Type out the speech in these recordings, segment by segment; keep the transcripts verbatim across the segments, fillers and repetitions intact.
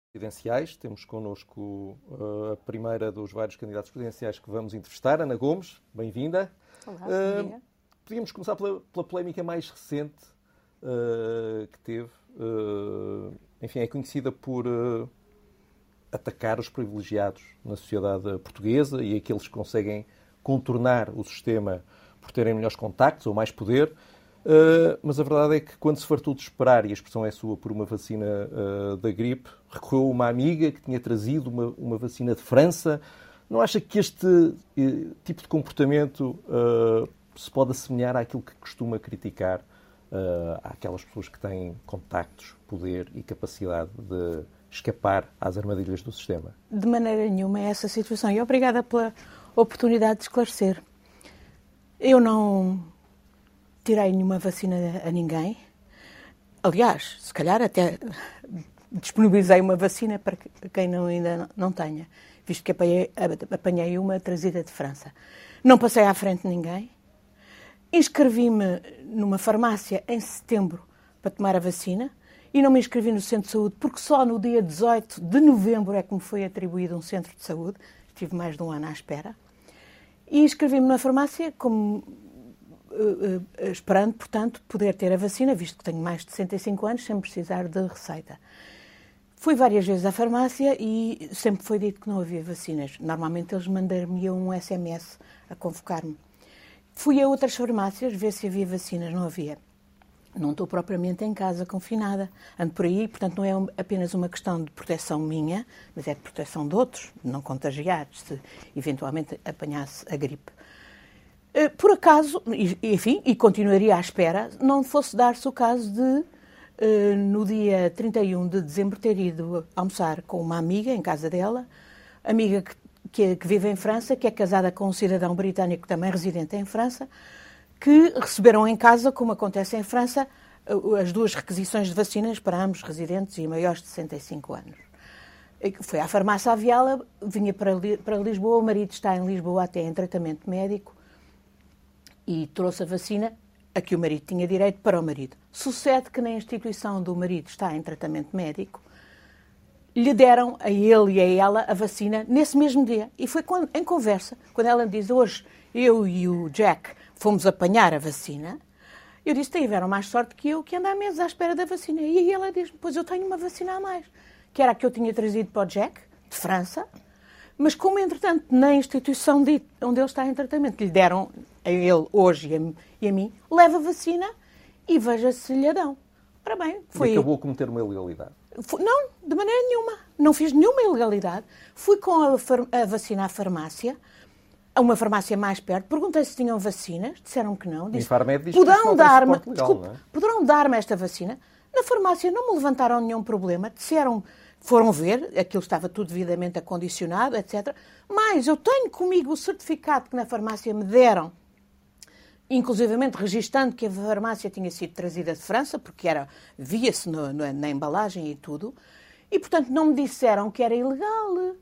presidenciais. Temos connosco uh, a primeira dos vários candidatos presidenciais que vamos entrevistar, Ana Gomes. Bem-vinda. Olá, bom dia. Uh, podíamos começar pela, pela polémica mais recente uh, que teve. Uh, enfim, é conhecida por uh, atacar os privilegiados na sociedade portuguesa e aqueles que conseguem contornar o sistema por terem melhores contactos ou mais poder. Uh, mas a verdade é que quando se fartou de esperar, e a expressão é sua, por uma vacina uh, da gripe, recorreu uma amiga que tinha trazido uma, uma vacina de França. Não acha que este uh, tipo de comportamento uh, se pode assemelhar àquilo que costuma criticar uh, àquelas pessoas que têm contactos, poder e capacidade de escapar às armadilhas do sistema? De maneira nenhuma é essa situação. E obrigada pela oportunidade de esclarecer. Eu não tirei nenhuma vacina a ninguém. Aliás, se calhar até disponibilizei uma vacina para quem não, ainda não tenha, visto que apanhei, apanhei uma trazida de França. Não passei à frente de ninguém. Inscrevi-me numa farmácia em setembro para tomar a vacina e não me inscrevi no centro de saúde porque só no dia dezoito de novembro é que me foi atribuído um centro de saúde. Estive mais de um ano à espera. E inscrevi-me na farmácia como Uh, uh, esperando, portanto, poder ter a vacina, visto que tenho mais de sessenta e cinco anos, sem precisar de receita. Fui várias vezes à farmácia e sempre foi dito que não havia vacinas. Normalmente eles mandam-me um S M S a convocar-me. Fui a outras farmácias ver se havia vacinas, não havia. Não estou propriamente em casa confinada. Ando por aí, portanto, não é apenas uma questão de proteção minha, mas é de proteção de outros, de não contagiar, se eventualmente apanhasse a gripe. Por acaso, enfim, e continuaria à espera, não fosse dar-se o caso de, no dia trinta e um de dezembro, ter ido almoçar com uma amiga em casa dela, amiga que, que, que vive em França, que é casada com um cidadão britânico também residente em França, que receberam em casa, como acontece em França, as duas requisições de vacinas para ambos residentes e maiores de sessenta e cinco anos. Foi à farmácia Aviala, vinha para, para Lisboa, o marido está em Lisboa até em tratamento médico, e trouxe a vacina a que o marido tinha direito para o marido. Sucede que na instituição do marido está em tratamento médico, lhe deram a ele e a ela a vacina nesse mesmo dia. E foi quando, em conversa, quando ela me diz, hoje eu e o Jack fomos apanhar a vacina, eu disse, tiveram mais sorte que eu, que ando há meses à espera da vacina. E aí ela diz-me, pois eu tenho uma vacina a mais, que era a que eu tinha trazido para o Jack, de França, mas como, entretanto, na instituição de, onde ele está em tratamento, lhe deram a ele hoje e a, e a mim, leva a vacina e veja se lhe a dão. Ora bem, foi... E acabou a cometer uma ilegalidade? Foi, não, de maneira nenhuma. Não fiz nenhuma ilegalidade. Fui com a, a vacina à farmácia, a uma farmácia mais perto, perguntei se tinham vacinas, disseram que não. Disse, diz poderão dar-me legal, desculpe, é? poderão dar-me esta vacina? Na farmácia não me levantaram nenhum problema, disseram... Foram ver, aquilo estava tudo devidamente acondicionado, etcétera. Mas eu tenho comigo o certificado que na farmácia me deram, inclusivamente registando que a farmácia tinha sido trazida de França, porque era, via-se no, no, na embalagem e tudo, e, portanto, não me disseram que era ilegal. Uh,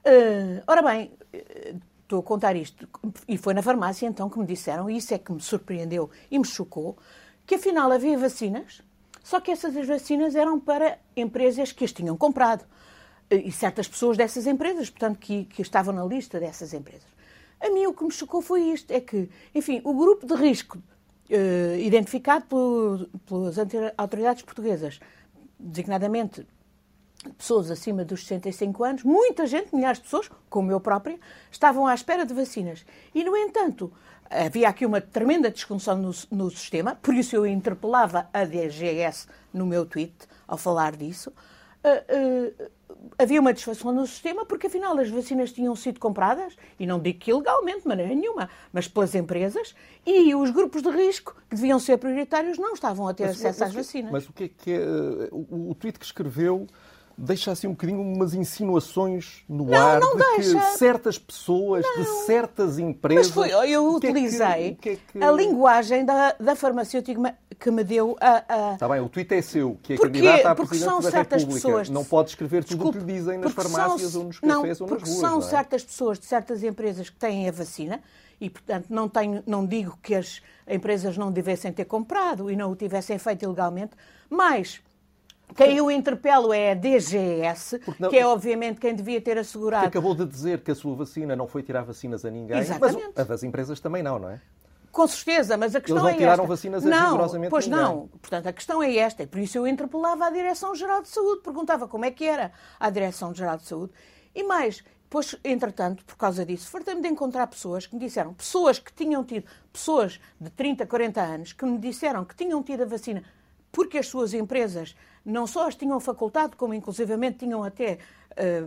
ora bem, estou a contar isto, e foi na farmácia então que me disseram, e isso é que me surpreendeu e me chocou, que afinal havia vacinas. Só que essas vacinas eram para empresas que as tinham comprado. E certas pessoas dessas empresas, portanto, que, que estavam na lista dessas empresas. A mim o que me chocou foi isto, é que, enfim, o grupo de risco eh, identificado pelo, pelas autoridades portuguesas, designadamente pessoas acima dos sessenta e cinco anos, muita gente, milhares de pessoas, como eu própria, estavam à espera de vacinas. E, no entanto, havia aqui uma tremenda disfunção no, no sistema, por isso eu interpelava a D G S no meu tweet, ao falar disso. Uh, uh, havia uma disfunção no sistema, porque afinal as vacinas tinham sido compradas, e não digo que ilegalmente, de maneira nenhuma, mas pelas empresas, e os grupos de risco, que deviam ser prioritários, não estavam a ter mas, acesso mas, às vacinas. Mas o que é que é... O, o tweet que escreveu deixa assim um bocadinho umas insinuações no não, ar não de deixa. que certas pessoas, não. de certas empresas... Mas foi, eu utilizei que é que, que é que... a linguagem da, da farmacêutica que me deu a... a... Está bem, o tweet é seu, que é Porquê? candidata à porque Presidente são da República. Pessoas... Não pode escrever tudo Desculpe, o que lhe dizem nas farmácias são... ou nos cafés não, ou nas ruas. São não é? certas pessoas de certas empresas que têm a vacina e, portanto, não, tenho, não digo que as empresas não devessem ter comprado e não o tivessem feito ilegalmente, mas Quem eu interpelo é a D G S, não, que é obviamente quem devia ter assegurado... Que acabou de dizer que a sua vacina não foi tirar vacinas a ninguém, Exatamente. Mas a das empresas também não, não é? Com certeza, mas a questão Eles não é tiraram esta. vacinas a não, rigorosamente pois ninguém. não. Portanto, a questão é esta. E por isso eu interpelava a Direção-Geral de Saúde, perguntava como é que era a Direção-Geral de Saúde. E mais, depois, entretanto, por causa disso, fartei-me de encontrar pessoas que me disseram, pessoas que tinham tido, pessoas de trinta, quarenta anos, que me disseram que tinham tido a vacina porque as suas empresas não só as tinham facultado, como inclusivamente tinham até uh,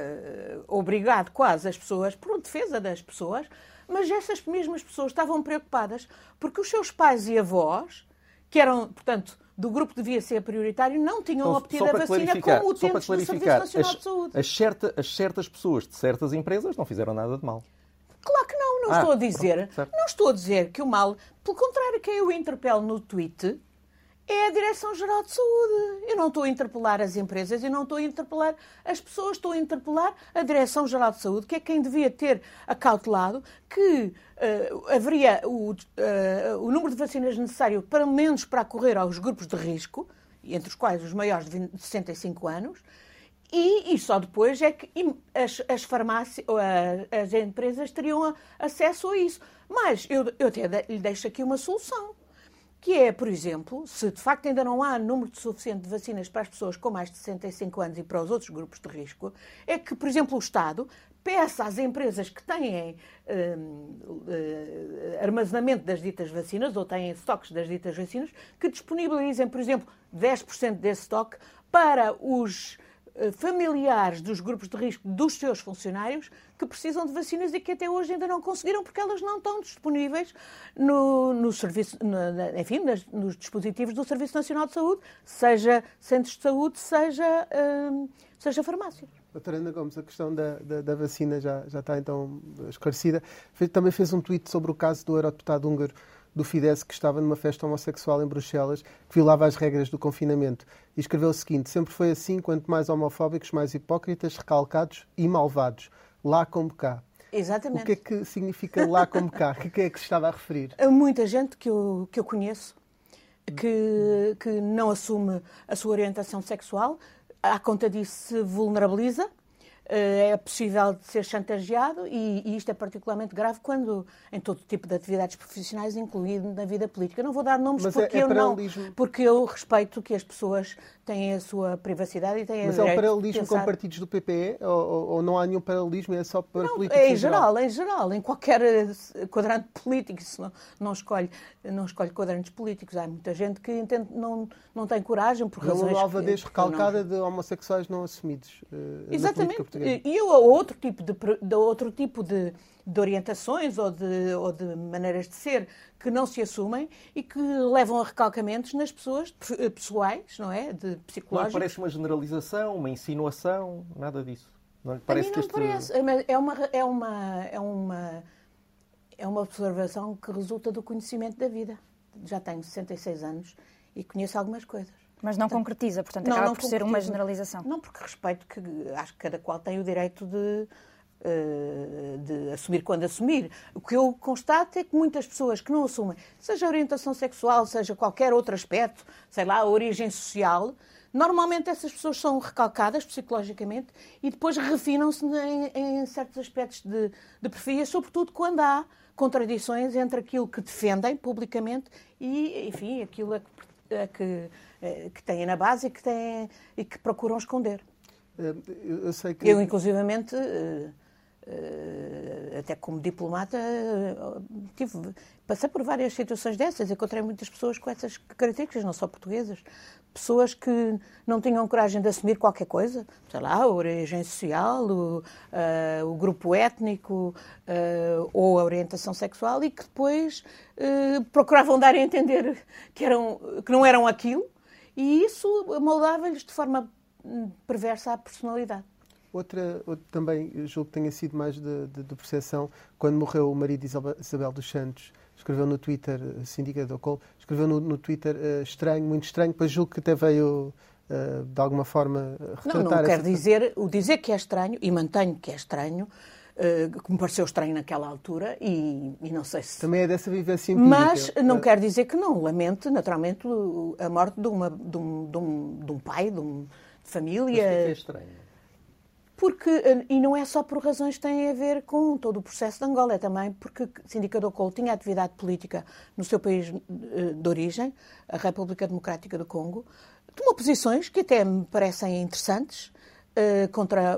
uh, obrigado quase as pessoas, por defesa das pessoas, mas essas mesmas pessoas estavam preocupadas porque os seus pais e avós, que eram, portanto, do grupo que devia ser prioritário, não tinham então, obtido a vacina como utentes do Serviço Nacional as, de Saúde. As, certa, as certas pessoas de certas empresas não fizeram nada de mal. Claro que não, não ah, estou a dizer. Pronto, não estou a dizer que o mal, pelo contrário, quem eu interpelo no tweet é a Direção-Geral de Saúde. Eu não estou a interpelar as empresas, eu não estou a interpelar as pessoas, estou a interpelar a Direção-Geral de Saúde, que é quem devia ter acautelado que uh, haveria o, uh, o número de vacinas necessário, para menos para acorrer aos grupos de risco, entre os quais os maiores de, vinte, de sessenta e cinco anos, e, e só depois é que as, as farmácias, as empresas teriam acesso a isso. Mas eu, eu até lhe deixo aqui uma solução. Que é, por exemplo, se de facto ainda não há número suficiente de vacinas para as pessoas com mais de sessenta e cinco anos e para os outros grupos de risco, é que, por exemplo, o Estado peça às empresas que têm hum, hum, armazenamento das ditas vacinas ou têm estoques das ditas vacinas, que disponibilizem, por exemplo, dez por cento desse estoque para os familiares dos grupos de risco dos seus funcionários que precisam de vacinas e que até hoje ainda não conseguiram porque elas não estão disponíveis no, no serviço, no, enfim, nas, nos dispositivos do Serviço Nacional de Saúde, seja centros de saúde, seja, hum, seja farmácias. Doutora Ana Gomes, a questão da, da, da vacina já, já está então esclarecida. Fez, também fez um tweet sobre o caso do eurodeputado húngaro do Fidesz, que estava numa festa homossexual em Bruxelas, que violava as regras do confinamento. E escreveu o seguinte: sempre foi assim, quanto mais homofóbicos, mais hipócritas, recalcados e malvados. Lá como cá. Exatamente. O que é que significa lá como cá? O que é que se estava a referir? Há muita gente que eu, que eu conheço que, que não assume a sua orientação sexual, à conta disso se vulnerabiliza, é possível de ser chantageado e, e isto é particularmente grave quando em todo tipo de atividades profissionais, incluindo na vida política. Eu não vou dar nomes Mas porque é, é eu não, paralelismo. porque eu respeito que as pessoas têm a sua privacidade e têm Mas a é um direito paralelismo de pensar. com partidos do P P E ou, ou, ou não há nenhum paralelismo, é só para Não, políticos é em em geral, em geral, em qualquer quadrante político, se não, não, escolhe, não escolhe quadrantes políticos. Há muita gente que entende, não, não tem coragem por razões... Uma nova que, vez que recalcada não... de homossexuais não assumidos. Uh, Exatamente. Na política portuguesa. E eu, outro tipo de, de, outro tipo de, de orientações ou de, ou de maneiras de ser que não se assumem e que levam a recalcamentos nas pessoas pessoais, não é? De psicológicos. Não parece uma generalização, uma insinuação, nada disso. Não parece parece que este... parece. É uma, é, uma, é, uma, é uma observação que resulta do conhecimento da vida. Já tenho sessenta e seis anos e conheço algumas coisas. Mas não portanto, concretiza, portanto, não, acaba não por ser uma generalização. Não, porque respeito que acho que cada qual tem o direito de, de assumir quando assumir. O que eu constato é que muitas pessoas que não assumem, seja a orientação sexual, seja qualquer outro aspecto, sei lá, a origem social, normalmente essas pessoas são recalcadas psicologicamente e depois refinam-se em, em certos aspectos de, de perfil, sobretudo quando há contradições entre aquilo que defendem publicamente e, enfim, aquilo a que, a que, que têm na base e que, têm, e que procuram esconder. Eu, sei que... eu inclusivamente, até como diplomata, tive, passei por várias situações dessas, encontrei muitas pessoas com essas características, não só portuguesas, pessoas que não tinham coragem de assumir qualquer coisa, sei lá, a origem social, o, uh, o grupo étnico uh, ou a orientação sexual e que depois uh, procuravam dar a entender que, eram, que não eram aquilo e isso moldava-lhes de forma perversa a personalidade. Outra, outra também, eu julgo que tenha sido mais de, de, de percepção, quando morreu o marido de Isabel, Isabel dos Santos, escreveu no Twitter, Síndica do Colo, escreveu no, no Twitter uh, estranho, muito estranho, pois julgo que até veio, uh, de alguma forma, retratar... Não, não quer essa... dizer, o dizer que é estranho, e mantenho que é estranho, uh, que me pareceu estranho naquela altura e, e não sei se... Também é dessa vivência empírica. Mas não quer dizer que não lamente, naturalmente, a morte de, uma, de, um, de, um, de um pai, de, um, de família. Mas é, é estranho. Porque, e não é só por razões que têm a ver com todo o processo de Angola, é também porque Síndika Dokolo tinha atividade política no seu país de origem, a República Democrática do Congo, tomou posições que até me parecem interessantes uh, contra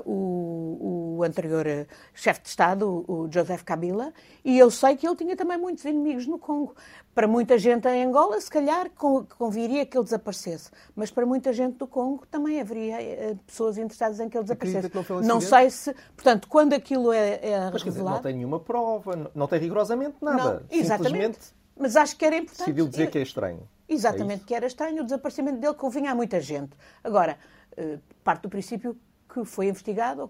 o, o anterior chefe de Estado, o Joseph Kabila, e eu sei que ele tinha também muitos inimigos no Congo. Para muita gente em Angola, se calhar, conviria que ele desaparecesse. Mas para muita gente do Congo também haveria uh, pessoas interessadas em que ele desaparecesse. Que não, não sei se... Portanto, quando aquilo é, é Mas, revelado... Dizer, não tem nenhuma prova, não tem rigorosamente nada. Não, exatamente. Simplesmente mas acho que era importante. Decidiu dizer que é estranho. Exatamente, é que era estranho. O desaparecimento dele convinha a muita gente. Agora, uh, parte do princípio que foi investigado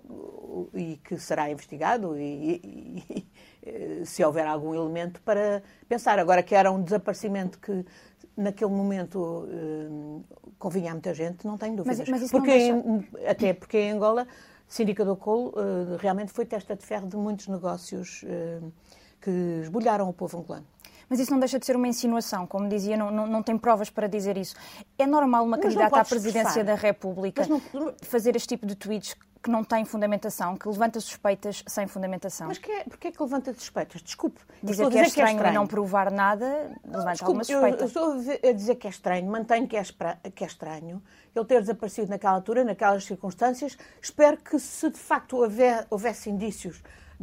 e que será investigado e, e, e se houver algum elemento para pensar. Agora, que era um desaparecimento que naquele momento uh, convinha a muita gente, não tenho dúvidas. Mas, mas isso porque não deixa... em, até porque em Angola, Síndika Dokolo uh, realmente foi testa de ferro de muitos negócios uh, que esbulharam o povo angolano. Mas isso não deixa de ser uma insinuação, como dizia, não, não, não tem provas para dizer isso. É normal uma mas candidata à presidência da República não... fazer este tipo de tweets que não têm fundamentação, que levanta suspeitas sem fundamentação? Mas que é, porquê é que levanta suspeitas? Desculpe. Dizer que é, estranho que é estranho e não provar nada levanta Desculpe, alguma suspeita. Eu, eu estou a dizer que é estranho, mantenho que é, que é estranho ele ter desaparecido naquela altura, naquelas circunstâncias. Espero que, se de facto houver, houvesse indícios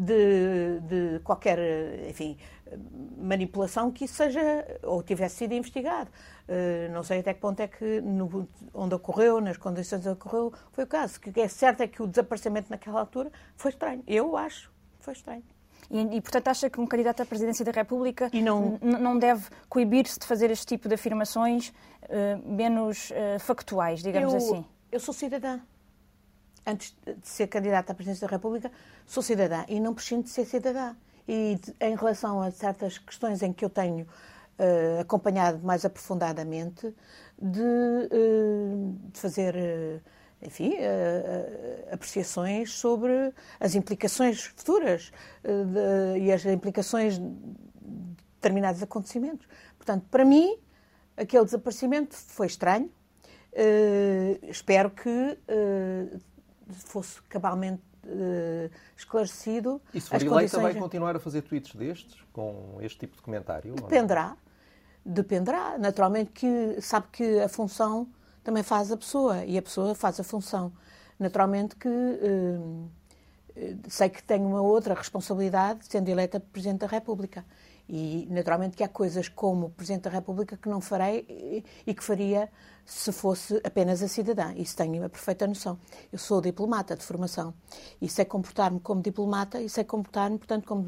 de, de qualquer, enfim, manipulação, que isso seja, ou tivesse sido investigado. Uh, não sei até que ponto é que, no, onde ocorreu, nas condições onde ocorreu, foi o caso. O que é certo é que o desaparecimento naquela altura foi estranho. Eu acho que foi estranho. E, e, portanto, acha que um candidato à presidência da República não... não deve coibir-se de fazer este tipo de afirmações uh, menos uh, factuais, digamos eu, assim? Eu sou cidadã. Antes de ser candidata à presidência da República, sou cidadã e não prescindo de ser cidadã. E de, em relação a certas questões em que eu tenho uh, acompanhado mais aprofundadamente, de, uh, de fazer, uh, enfim, uh, uh, apreciações sobre as implicações futuras uh, de, e as implicações de determinados acontecimentos. Portanto, para mim, aquele desaparecimento foi estranho. Uh, espero que uh, fosse cabalmente uh, esclarecido. E se for eleita, vai continuar a fazer tweets destes, com este tipo de comentário? Dependerá. Dependerá. Naturalmente que sabe que a função também faz a pessoa e a pessoa faz a função. Naturalmente que uh, sei que tenho uma outra responsabilidade sendo eleita Presidente da República. E, naturalmente, que há coisas como Presidente da República que não farei e, e que faria se fosse apenas a cidadã. Isso tenho a perfeita noção. Eu sou diplomata de formação e sei comportar-me como diplomata e sei comportar-me, portanto, como,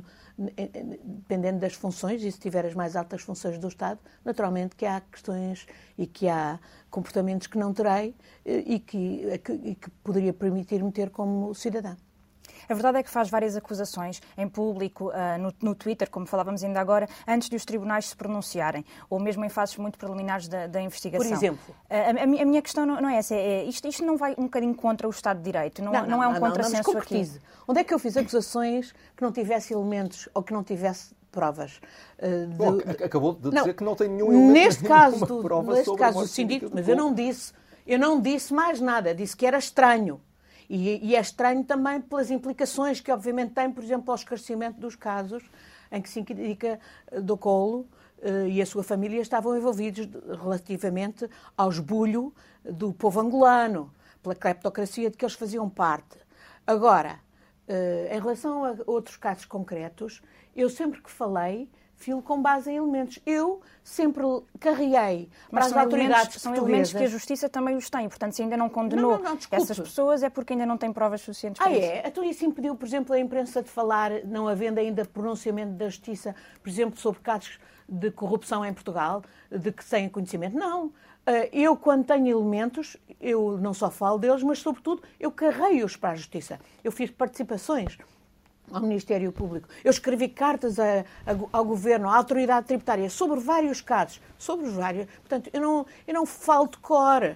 dependendo das funções, e se tiver as mais altas funções do Estado, naturalmente que há questões e que há comportamentos que não terei e que, e que poderia permitir-me ter como cidadã. A verdade é que faz várias acusações em público, uh, no, no Twitter, como falávamos ainda agora, antes de os tribunais se pronunciarem, ou mesmo em fases muito preliminares da, da investigação. Por exemplo? Uh, a, a minha questão não, não é essa, é, isto, isto não vai um bocadinho contra o Estado de Direito, não, não, não, não é um não, contrassenso não, aqui. Onde é que eu fiz acusações que não tivesse elementos ou que não tivesse provas? Uh, de... Bom, acabou de dizer não, que não tem nenhum elemento, neste caso do, prova neste sobre caso do síndico, mas eu não disse, eu não disse mais nada, disse que era estranho. E, e é estranho também pelas implicações que, obviamente, tem, por exemplo, ao esclarecimento dos casos em que Síndika Dokolo uh, e a sua família estavam envolvidos relativamente ao esbulho do povo angolano, pela cleptocracia de que eles faziam parte. Agora, uh, em relação a outros casos concretos, eu sempre que falei, filo com base em elementos. Eu sempre carreguei para as autoridades são elementos que a Justiça também os tem. Portanto, se ainda não condenou não, não, não, essas pessoas, é porque ainda não tem provas suficientes para ah, isso. Ah, é? Então isso impediu, por exemplo, a imprensa de falar, não havendo ainda pronunciamento da Justiça, por exemplo, sobre casos de corrupção em Portugal, de que têm conhecimento? Não. Eu, quando tenho elementos, eu não só falo deles, mas, sobretudo, eu carreio-os para a Justiça. Eu fiz participações ao Ministério Público. Eu escrevi cartas a, a, ao Governo, à Autoridade Tributária, sobre vários casos, sobre os vários. Portanto, eu não, eu não falo de cor.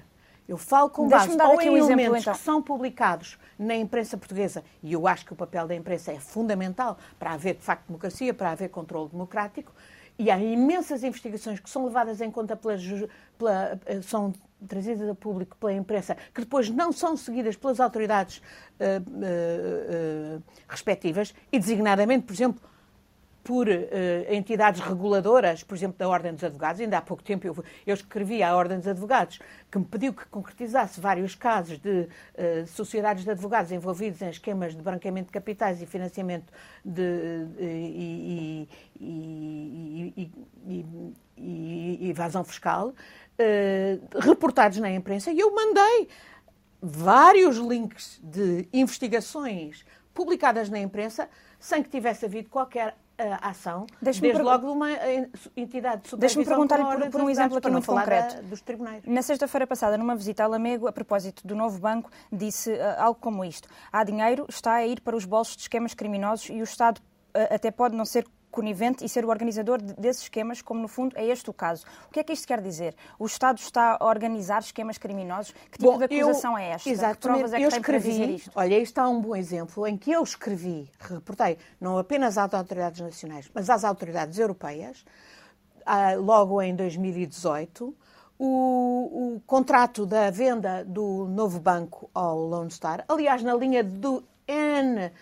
Eu falo com base dar ou aqui em um exemplo, elementos então. que são publicados na imprensa portuguesa, e eu acho que o papel da imprensa é fundamental para haver, de facto, democracia, para haver controle democrático, e há imensas investigações que são levadas em conta pela, pela são trazidas a público pela imprensa, que depois não são seguidas pelas autoridades uh, uh, uh, respectivas, e designadamente, por exemplo, por uh, entidades reguladoras, por exemplo, da Ordem dos Advogados. Ainda há pouco tempo eu, eu escrevi à Ordem dos Advogados que me pediu que concretizasse vários casos de uh, sociedades de advogados envolvidos em esquemas de branqueamento de capitais e financiamento de, de, e, e, e, e, e, e evasão fiscal, uh, reportados na imprensa, e eu mandei vários links de investigações publicadas na imprensa sem que tivesse havido qualquer a ação, desde per... logo de uma entidade de supervisão. Deixe-me perguntar por, por um exemplo aqui muito concreto. Da, dos tribunais. Na sexta-feira passada, numa visita a Lamego, a propósito do novo banco, disse uh, algo como isto. Há dinheiro, está a ir para os bolsos de esquemas criminosos e o Estado uh, até pode não ser conivente e ser o organizador de, desses esquemas, como no fundo é este o caso. O que é que isto quer dizer? O Estado está a organizar esquemas criminosos? Que tipo bom, de acusação eu, é esta? Exatamente. Que provas é que eu tem escrevi, para dizer isto? Olha, isto é um bom exemplo em que eu escrevi, reportei, não apenas às autoridades nacionais, mas às autoridades europeias, logo em dois mil e dezoito, o, o contrato da venda do novo banco ao Lone Star, aliás, na linha do N...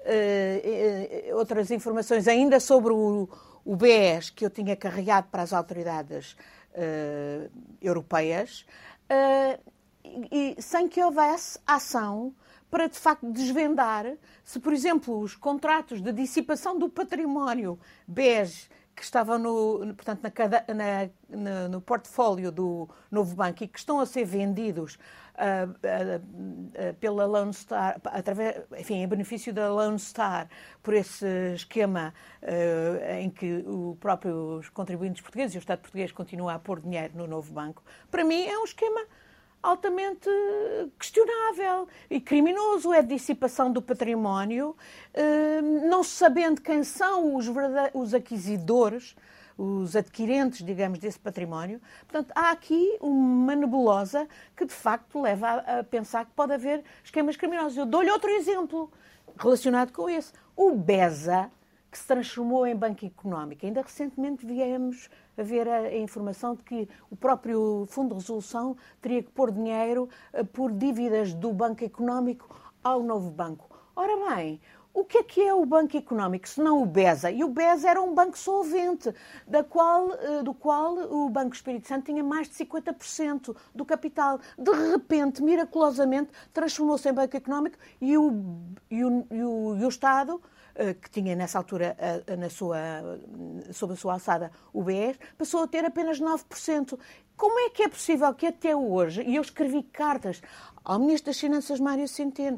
Uh, uh, outras informações ainda sobre o, o B E S que eu tinha carregado para as autoridades uh, europeias, uh, e, e sem que houvesse ação para, de facto, desvendar se, por exemplo, os contratos de dissipação do património B E S que estavam no, portanto, na, na, na, no portfólio do novo banco e que estão a ser vendidos uh, uh, uh, pela Lone Star, através, enfim, em benefício da Lone Star, por esse esquema uh, em que os próprios contribuintes portugueses e o Estado português continua a pôr dinheiro no novo banco, para mim é um esquema altamente questionável e criminoso. É dissipação do património, não sabendo quem são os, os aquisisidores, os adquirentes, digamos, desse património. Portanto, há aqui uma nebulosa que, de facto, leva a, a pensar que pode haver esquemas criminosos. Eu dou-lhe outro exemplo relacionado com esse. O BESA, que se transformou em banco económico. Ainda recentemente viemos a ver a, a informação de que o próprio Fundo de Resolução teria que pôr dinheiro uh, por dívidas do banco económico ao novo banco. Ora bem, o que é que é o banco económico, se não o BESA? E o BESA era um banco solvente, da qual, uh, do qual o Banco Espírito Santo tinha mais de cinquenta por cento do capital. De repente, miraculosamente, transformou-se em banco económico e o, e o, e o, e o Estado, que tinha nessa altura na sua, sob a sua alçada o B E S, passou a ter apenas nove por cento. Como é que é possível que até hoje, e eu escrevi cartas ao Ministro das Finanças, Mário Centeno,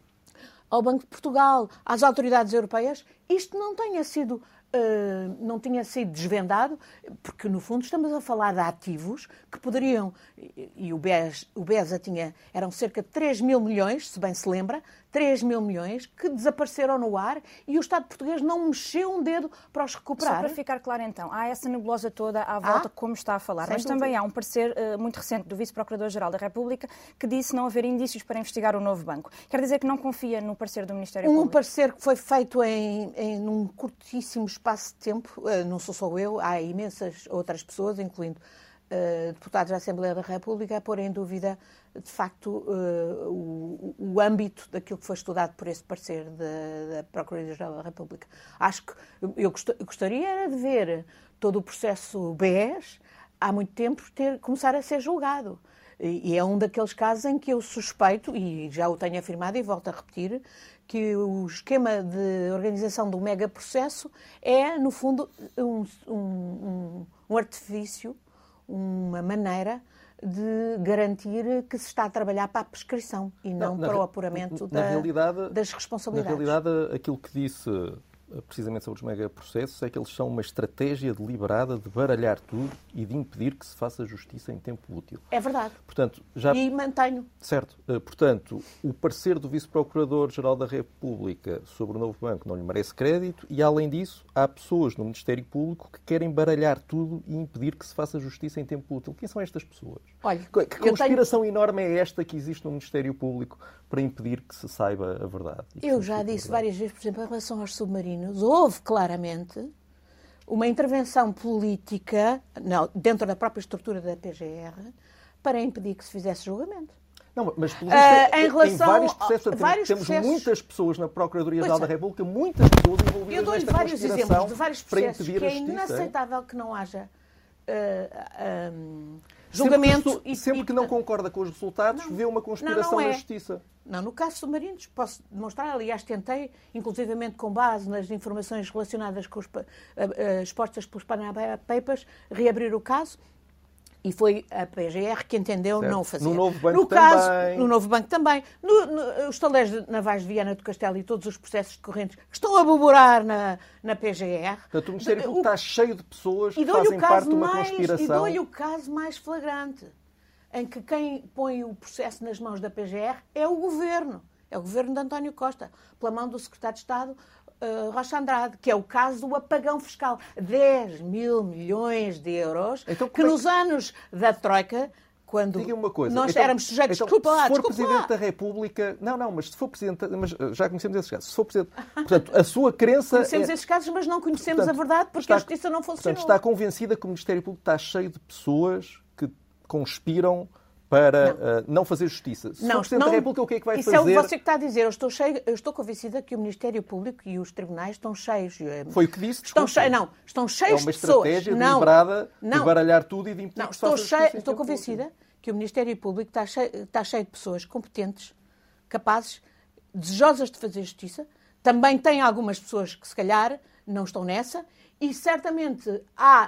ao Banco de Portugal, às autoridades europeias, isto não tenha sido, uh, não tinha sido desvendado, porque no fundo estamos a falar de ativos que poderiam, e o B E S, o B E S tinha, eram cerca de três mil milhões, se bem se lembra, três mil milhões que desapareceram no ar e o Estado português não mexeu um dedo para os recuperar. Só para ficar claro então, há essa nebulosa toda à volta, ah, como está a falar, mas dúvida. Também há um parecer uh, muito recente do Vice-Procurador-Geral da República que disse não haver indícios para investigar o novo banco. Quer dizer que não confia no parecer do Ministério um Público? Um parecer que foi feito em, em um curtíssimo espaço de tempo, uh, não sou só eu, há imensas outras pessoas, incluindo uh, deputados da Assembleia da República, a pôr em dúvida de facto, uh, o, o âmbito daquilo que foi estudado por esse parecer da, da Procuradoria-Geral da República. Acho que eu gostaria era de ver todo o processo B E S, há muito tempo, ter, começar a ser julgado. E, e é um daqueles casos em que eu suspeito, e já o tenho afirmado e volto a repetir, que o esquema de organização do megaprocesso é, no fundo, um, um, um artifício, uma maneira de garantir que se está a trabalhar para a prescrição e não, não para o apuramento na da, realidade, das responsabilidades. Na realidade, aquilo que disse precisamente sobre os megaprocessos, é que eles são uma estratégia deliberada de baralhar tudo e de impedir que se faça justiça em tempo útil. É verdade. Portanto, já... E mantenho. Certo. Portanto, o parecer do Vice-Procurador-Geral da República sobre o novo banco não lhe merece crédito e, além disso, há pessoas no Ministério Público que querem baralhar tudo e impedir que se faça justiça em tempo útil. Quem são estas pessoas? Olha, que conspiração tenho... enorme é esta que existe no Ministério Público para impedir que se saiba a verdade? Eu já disse várias vezes, por exemplo, em relação aos submarinos, houve claramente uma intervenção política não, dentro da própria estrutura da P G R para impedir que se fizesse julgamento. Não, mas pelo uh, em, relação em vários processos, a, vários temos processos, muitas pessoas na Procuradoria-Geral da República, muitas pessoas envolvidas eu dou-lhe nesta vários conspiração exemplos de vários para processos impedir que a é justiça. inaceitável é? que não haja uh, um, julgamento. Sempre, que, e, sempre e, que não concorda com os resultados, não, vê uma conspiração não, não é. na justiça. Não, no caso submarinos, posso demonstrar, aliás, tentei, inclusivamente com base nas informações relacionadas com os uh, uh, expostas pelos Panama Papers, reabrir o caso. E foi a P G R que entendeu certo. não fazer. No novo banco no caso, também. No novo banco também. No, no, os taleiros navais de Viana do Castelo e todos os processos decorrentes que estão a boborar na, na P G R. Portanto, o Ministério Público está cheio de pessoas que e fazem parte de uma mais, conspiração. E dou-lhe o caso mais flagrante, em que quem põe o processo nas mãos da P G R é o Governo. É o Governo de António Costa, pela mão do Secretário de Estado, Uh, Rocha Andrade, que é o caso do apagão fiscal. dez mil milhões de euros, então, que é que... nos anos da Troika, quando uma coisa. nós então, éramos sujeitos... Então, desculpa lá, se for desculpa Presidente lá. da República... Não, não, mas se for Presidente... Mas já conhecemos esses casos. Se for Presidente... Portanto, a sua crença... Conhecemos é... esses casos, mas não conhecemos portanto, a verdade, porque está, a justiça não funcionou. Portanto, está convencida que o Ministério Público está cheio de pessoas que conspiram para não, uh, não fazer justiça. Se não, for Presidente não, da República, o que é que vai isso fazer? Isso é você que está a dizer. Eu estou, cheio, eu estou convencida que o Ministério Público e os tribunais estão cheios. Foi o que disse, estão cheios, Não, estão cheios de pessoas. É uma estratégia não, deliberada não, de baralhar tudo e de impedir não, que se estou faça cheio, justiça. Estou convencida público. que o Ministério Público está cheio, está cheio de pessoas competentes, capazes, desejosas de fazer justiça. Também tem algumas pessoas que, se calhar, não estão nessa. E, certamente, há,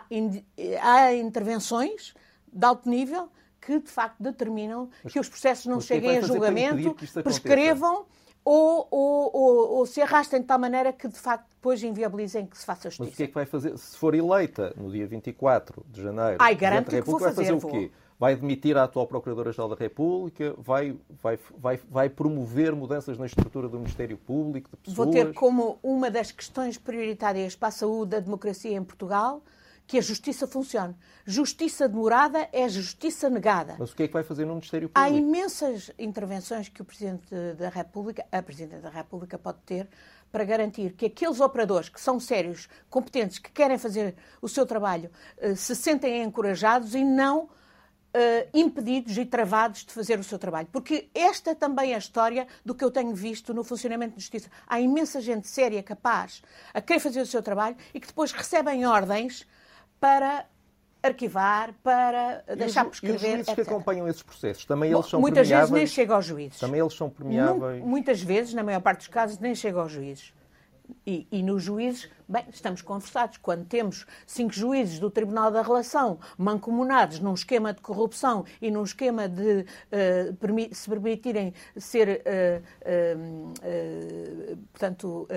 há intervenções de alto nível que, de facto, determinam mas, que os processos não cheguem a julgamento, prescrevam ou, ou, ou, ou se arrastem de tal maneira que, de facto, depois inviabilizem que se faça justiça. Mas o que é que vai fazer? Se for eleita no dia vinte e quatro de janeiro, Ai, garanto que vou vai fazer, fazer o vou. quê? Vai demitir a atual Procuradora-Geral da República? Vai, vai, vai, vai promover mudanças na estrutura do Ministério Público, de pessoas? Vou ter como uma das questões prioritárias para a saúde da democracia em Portugal que a justiça funcione. Justiça demorada é justiça negada. Mas o que é que vai fazer no Ministério Há Público? imensas intervenções que o Presidente da República, a Presidente da República pode ter para garantir que aqueles operadores que são sérios, competentes, que querem fazer o seu trabalho, se sentem encorajados e não Uh, impedidos e travados de fazer o seu trabalho. Porque esta também é a história do que eu tenho visto no funcionamento da justiça. Há imensa gente séria, capaz, a querer fazer o seu trabalho e que depois recebem ordens para arquivar, para e deixar os, prescrever, e os juízes etcétera. que acompanham esses processos, também eles Bom, são muitas premiáveis? vezes nem chega aos juízes. Também eles são premiáveis? Muitas vezes, na maior parte dos casos, nem chega aos juízes. E, e nos juízes, bem, estamos conversados. Quando temos cinco juízes do Tribunal da Relação mancomunados num esquema de corrupção e num esquema de uh, permi- se permitirem ser, uh, uh, uh, portanto,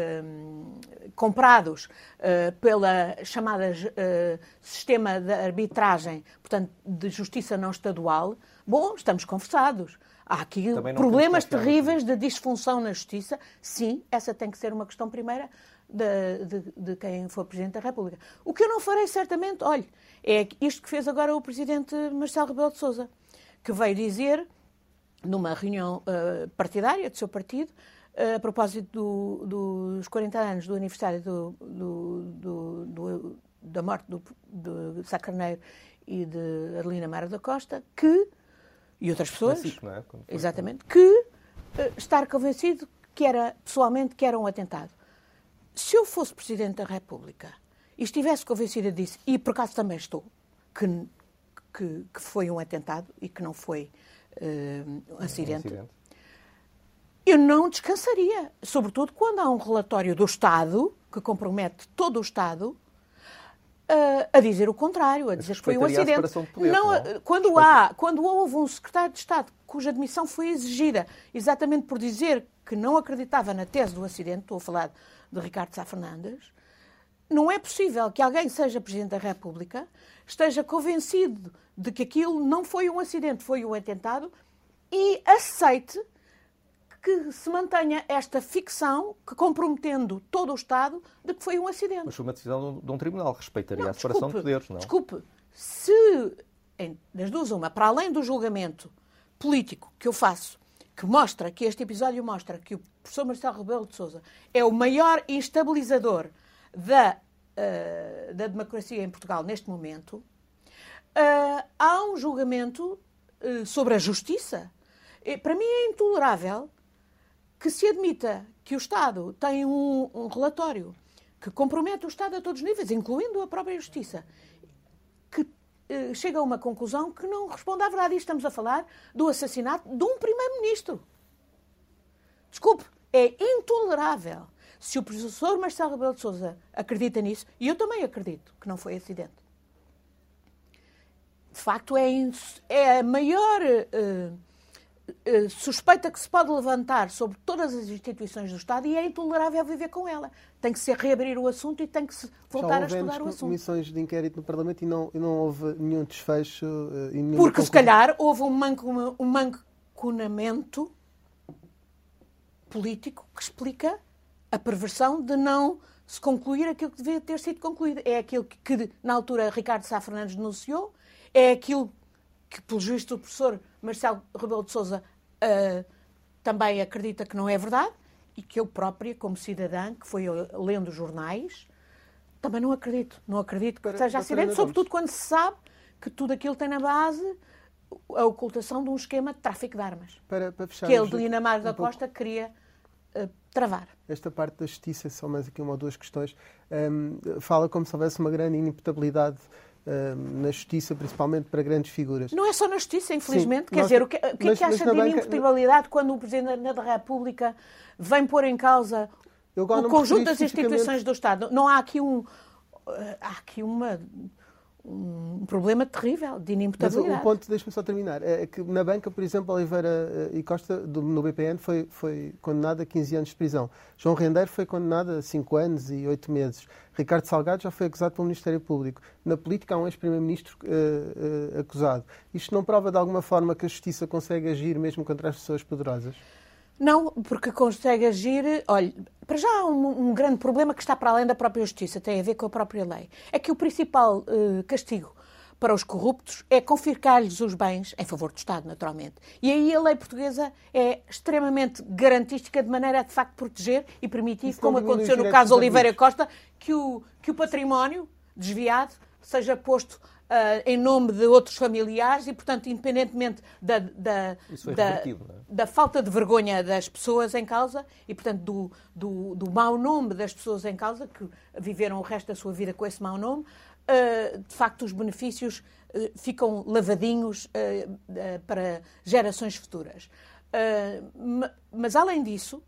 uh, comprados uh, pela chamada uh, sistema de arbitragem, portanto, de justiça não estadual, bom, estamos conversados. Há aqui problemas terríveis de disfunção na justiça. Sim, essa tem que ser uma questão primeira de, de, de quem for Presidente da República. O que eu não farei, certamente, olhe, é isto que fez agora o Presidente Marcelo Rebelo de Sousa, que veio dizer, numa reunião uh, partidária do seu partido, uh, a propósito do, dos quarenta anos do aniversário do, do, do, do, da morte do, do Sá Carneiro e de Adelina Mara da Costa, que e outras pessoas, Cic, não é? exatamente, que uh, estar convencido que era, pessoalmente, que era um atentado. Se eu fosse Presidente da República e estivesse convencida disso, e por acaso também estou, que, que, que foi um atentado e que não foi uh, um acidente, um acidente, eu não descansaria. Sobretudo quando há um relatório do Estado, que compromete todo o Estado, uh, a dizer o contrário, a dizer que foi um acidente. Poder, não, não? Quando, há, quando houve um secretário de Estado cuja admissão foi exigida exatamente por dizer que não acreditava na tese do acidente, estou a falar de Ricardo Sá Fernandes, não é possível que alguém seja Presidente da República, esteja convencido de que aquilo não foi um acidente, foi um atentado, e aceite que se mantenha esta ficção, que comprometendo todo o Estado, de que foi um acidente. Mas foi uma decisão de um tribunal, respeitaria não, a separação desculpe, de poderes, não? Desculpe, se, das duas uma, para além do julgamento político que eu faço, que mostra, que este episódio mostra que o professor Marcelo Rebelo de Sousa é o maior instabilizador da, uh, da democracia em Portugal neste momento, uh, há um julgamento uh, sobre a justiça. E, para mim é intolerável que se admita que o Estado tem um, um relatório que compromete o Estado a todos os níveis, incluindo a própria justiça, que uh, chega a uma conclusão que não responde à verdade. E estamos a falar do assassinato de um primeiro-ministro. Desculpe, é intolerável. Se o professor Marcelo Rebelo de Sousa acredita nisso, e eu também acredito que não foi acidente. De facto, é, é a maior uh, uh, suspeita que se pode levantar sobre todas as instituições do Estado e é intolerável viver com ela. Tem que se reabrir o assunto e tem que se voltar a estudar o assunto. Comissões de inquérito no Parlamento e não, e não houve nenhum desfecho. Uh, e Porque, conclusão. Se calhar, houve um, manco, um manconamento político que explica a perversão de não se concluir aquilo que devia ter sido concluído. É aquilo que, que na altura, Ricardo Sá Fernandes denunciou, é aquilo que, pelo juízo do professor Marcelo Rebelo de Sousa, uh, também acredita que não é verdade e que eu própria, como cidadã, que foi lendo jornais, também não acredito. Não acredito que seja acidente, sobretudo quando se sabe que tudo aquilo tem na base a ocultação de um esquema de tráfico de armas. Para, para fechar, que ele, de Lina Mar da Costa, pouco... queria uh, travar. Esta parte da justiça, só mais aqui uma ou duas questões, um, fala como se houvesse uma grande inimputabilidade um, na justiça, principalmente para grandes figuras. Não é só na justiça, infelizmente. Sim, Quer nós, dizer, o que, o que mas, é que acha de banca... inimputabilidade quando o Presidente da República vem pôr em causa o conjunto das instituições do Estado? Não há aqui um... Há aqui uma... um problema terrível de inimputabilidade. Mas o ponto, deixa-me só terminar, é que na banca, por exemplo, Oliveira e Costa, do, no B P N, foi, foi condenado a quinze anos de prisão. João Rendeiro foi condenado a cinco anos e oito meses. Ricardo Salgado já foi acusado pelo Ministério Público. Na política há um ex-primeiro-ministro uh, uh, acusado. Isto não prova de alguma forma que a justiça consegue agir mesmo contra as pessoas poderosas? Não, porque consegue agir... Olha, para já há um, um grande problema que está para além da própria justiça, tem a ver com a própria lei. É que o principal uh, castigo para os corruptos é confiscar-lhes os bens, em favor do Estado, naturalmente. E aí a lei portuguesa é extremamente garantística, de maneira a, de facto, proteger e permitir, como aconteceu no caso Oliveira Costa, que o, que o património desviado seja posto Uh, em nome de outros familiares e, portanto, independentemente da, da, da, é? da falta de vergonha das pessoas em causa e, portanto, do, do, do mau nome das pessoas em causa, que viveram o resto da sua vida com esse mau nome, uh, de facto, os benefícios uh, ficam lavadinhos uh, uh, para gerações futuras. Uh, mas, além disso,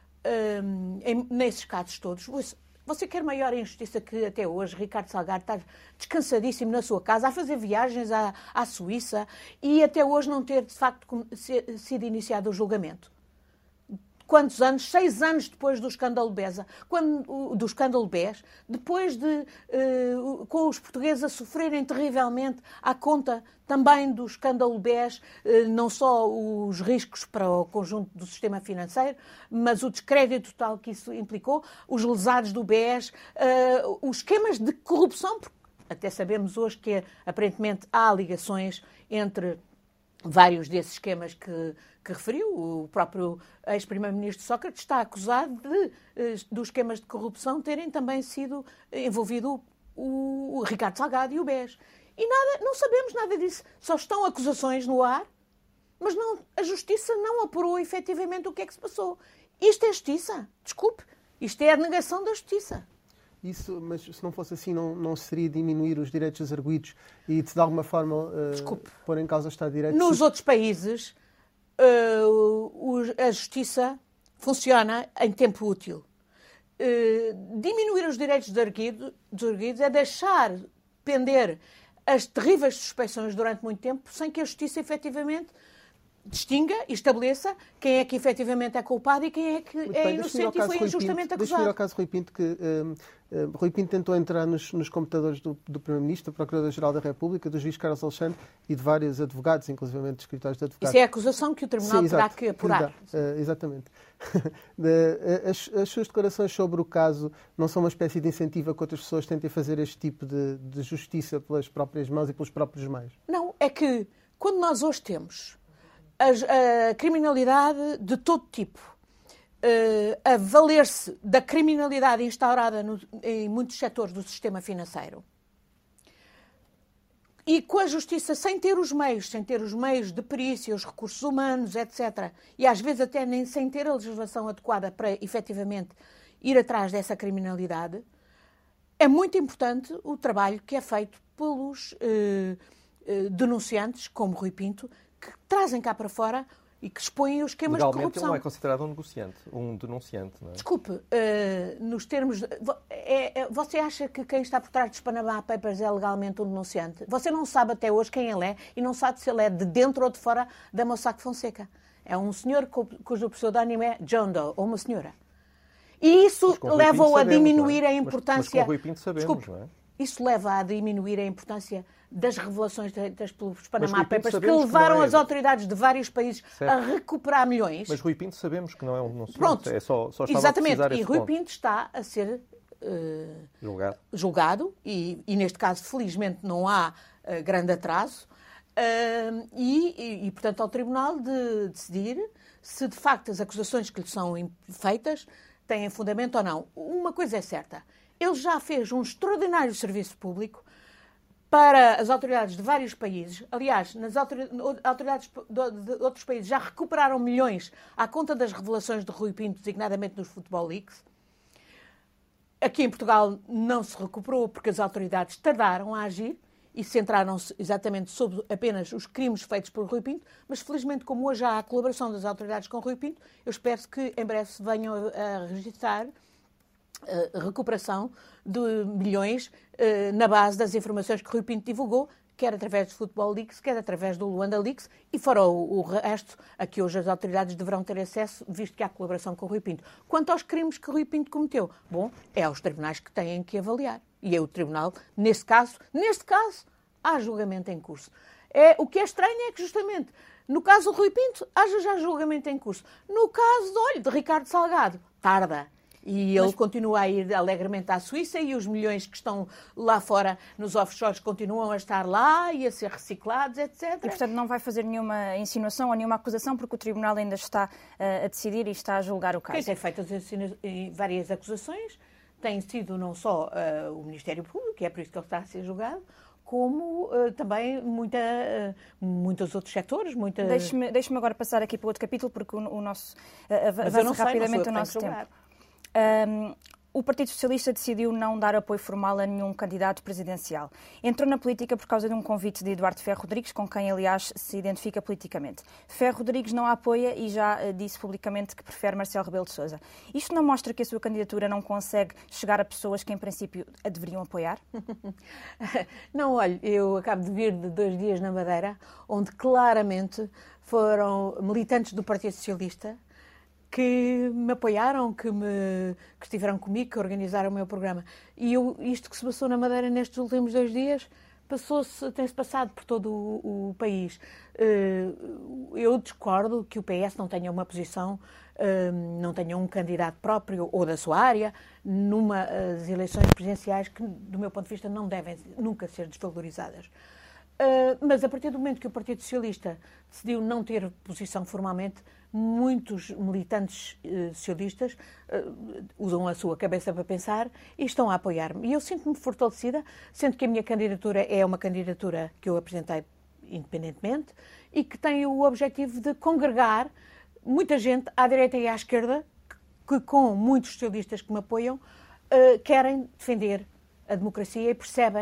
uh, em, nesses casos todos, você quer maior injustiça que até hoje Ricardo Salgado está descansadíssimo na sua casa, a fazer viagens à, à Suíça e até hoje não ter, de facto, sido iniciado o julgamento? Quantos anos? Seis anos depois do escândalo Besa, quando, do escândalo B E S, depois de, uh, com os portugueses a sofrerem terrivelmente à conta também do escândalo B E S, uh, não só os riscos para o conjunto do sistema financeiro, mas o descrédito total que isso implicou, os lesados do B E S, uh, os esquemas de corrupção, porque até sabemos hoje que aparentemente há ligações entre vários desses esquemas que, que referiu. O próprio ex-primeiro-ministro Sócrates está acusado de, dos esquemas de corrupção terem também sido envolvido o, o Ricardo Salgado e o B E S. E nada, não sabemos nada disso. Só estão acusações no ar, mas não, a justiça não apurou efetivamente o que é que se passou. Isto é justiça? Desculpe. Isto é a negação da justiça. Isso, mas se não fosse assim, não, não seria diminuir os direitos dos arguidos e, de alguma forma, uh, pôr em causa o Estado de Direito? Nos outros países, uh, o, a justiça funciona em tempo útil. Uh, diminuir os direitos dos arguidos, dos arguidos é deixar pender as terríveis suspeições durante muito tempo, sem que a justiça efetivamente distinga e estabeleça quem é que efetivamente é culpado e quem é que Muito é bem, inocente e foi injustamente acusado. Deixa-me ir ao caso Rui Pinto, que um, um, Rui Pinto tentou entrar nos, nos computadores do, do Primeiro-Ministro, da Procuradora-Geral da República, do juiz Carlos Alexandre e de vários advogados, inclusive de escritórios de advogados. Isso é a acusação que o Tribunal Sim, terá exato, que apurar. Uh, exatamente. de, as, as suas declarações sobre o caso não são uma espécie de incentivo a que outras pessoas tentem fazer este tipo de, de justiça pelas próprias mãos e pelos próprios meios? Não, é que quando nós hoje temos a, a criminalidade de todo tipo uh, a valer-se da criminalidade instaurada no, em muitos setores do sistema financeiro e com a justiça sem ter os meios, sem ter os meios de perícia, os recursos humanos, etcétera, e às vezes até nem sem ter a legislação adequada para efetivamente ir atrás dessa criminalidade, é muito importante o trabalho que é feito pelos uh, uh, denunciantes, como Rui Pinto, que trazem cá para fora e que expõem os esquemas Legalmente, de corrupção. ele não é considerado um negociante, um denunciante, não é? Desculpe, uh, nos termos... De, é, é, você acha que quem está por trás dos Panama Papers é legalmente um denunciante? Você não sabe até hoje quem ele é e não sabe se ele é de dentro ou de fora da Mossack Fonseca. É um senhor cujo pseudónimo é John Doe, ou uma senhora. E isso leva-o a diminuir é? a importância... Mas, mas com Rui Pinto sabemos, Desculpe, não é? Isso leva a diminuir a importância das revelações feitas pelos Panama Papers, que que levaram não é. as autoridades de vários países certo. a recuperar milhões. Mas Rui Pinto sabemos que não é um denunciante. Pronto, é só, só estava exatamente. A precisar e esse Rui ponto. Pinto está a ser uh, julgado, julgado e, e, neste caso, felizmente, não há uh, grande atraso. Uh, e, e, e, portanto, ao Tribunal de decidir se, de facto, as acusações que lhe são feitas têm fundamento ou não. Uma coisa é certa. Ele já fez um extraordinário serviço público para as autoridades de vários países. Aliás, nas autoridades de outros países já recuperaram milhões à conta das revelações de Rui Pinto, designadamente nos Football Leaks. Aqui em Portugal não se recuperou porque as autoridades tardaram a agir e centraram-se exatamente sobre apenas os crimes feitos por Rui Pinto, mas felizmente, como hoje há a colaboração das autoridades com Rui Pinto, eu espero que em breve se venham a registrar a recuperação de milhões uh, na base das informações que Rui Pinto divulgou, quer através do Football Leaks, quer através do Luanda Leaks, e fora o, o resto a que hoje as autoridades deverão ter acesso, visto que há colaboração com Rui Pinto. Quanto aos crimes que Rui Pinto cometeu, bom, é aos tribunais que têm que avaliar. E é o tribunal, nesse caso, neste caso, há julgamento em curso. É, o que é estranho é que, justamente, no caso do Rui Pinto, haja já julgamento em curso. No caso, olha, de Ricardo Salgado, tarda. E ele Mas... continua a ir alegremente à Suíça e os milhões que estão lá fora nos offshores continuam a estar lá e a ser reciclados, etcétera. E, portanto, não vai fazer nenhuma insinuação ou nenhuma acusação porque o Tribunal ainda está uh, a decidir e está a julgar o caso. Quem tem feito várias acusações tem sido não só uh, o Ministério Público, que é por isso que ele está a ser julgado, como uh, também muita, uh, muitos outros setores. Muita... Deixe-me, deixe-me agora passar aqui para outro capítulo porque o, o nosso uh, avança rapidamente o nosso tempo. Um, o Partido Socialista decidiu não dar apoio formal a nenhum candidato presidencial. Entrou na política por causa de um convite de Eduardo Ferro Rodrigues, com quem, aliás, se identifica politicamente. Ferro Rodrigues não a apoia e já uh, disse publicamente que prefere Marcelo Rebelo de Sousa. Isto não mostra que a sua candidatura não consegue chegar a pessoas que, em princípio, a deveriam apoiar? Não, olha, eu acabo de vir de dois dias na Madeira, onde claramente foram militantes do Partido Socialista que me apoiaram, que, me, que estiveram comigo, que organizaram o meu programa. E eu, isto que se passou na Madeira nestes últimos dois dias, passou-se, tem-se passado por todo o, o país. Eu discordo que o P S não tenha uma posição, não tenha um candidato próprio ou da sua área, numa das eleições presidenciais que, do meu ponto de vista, não devem nunca ser desvalorizadas. Uh, mas a partir do momento que o Partido Socialista decidiu não ter posição formalmente, muitos militantes uh, socialistas uh, usam a sua cabeça para pensar e estão a apoiar-me. E eu sinto-me fortalecida, sendo que a minha candidatura é uma candidatura que eu apresentei independentemente e que tem o objetivo de congregar muita gente à direita e à esquerda que, que com muitos socialistas que me apoiam, uh, querem defender a democracia e percebem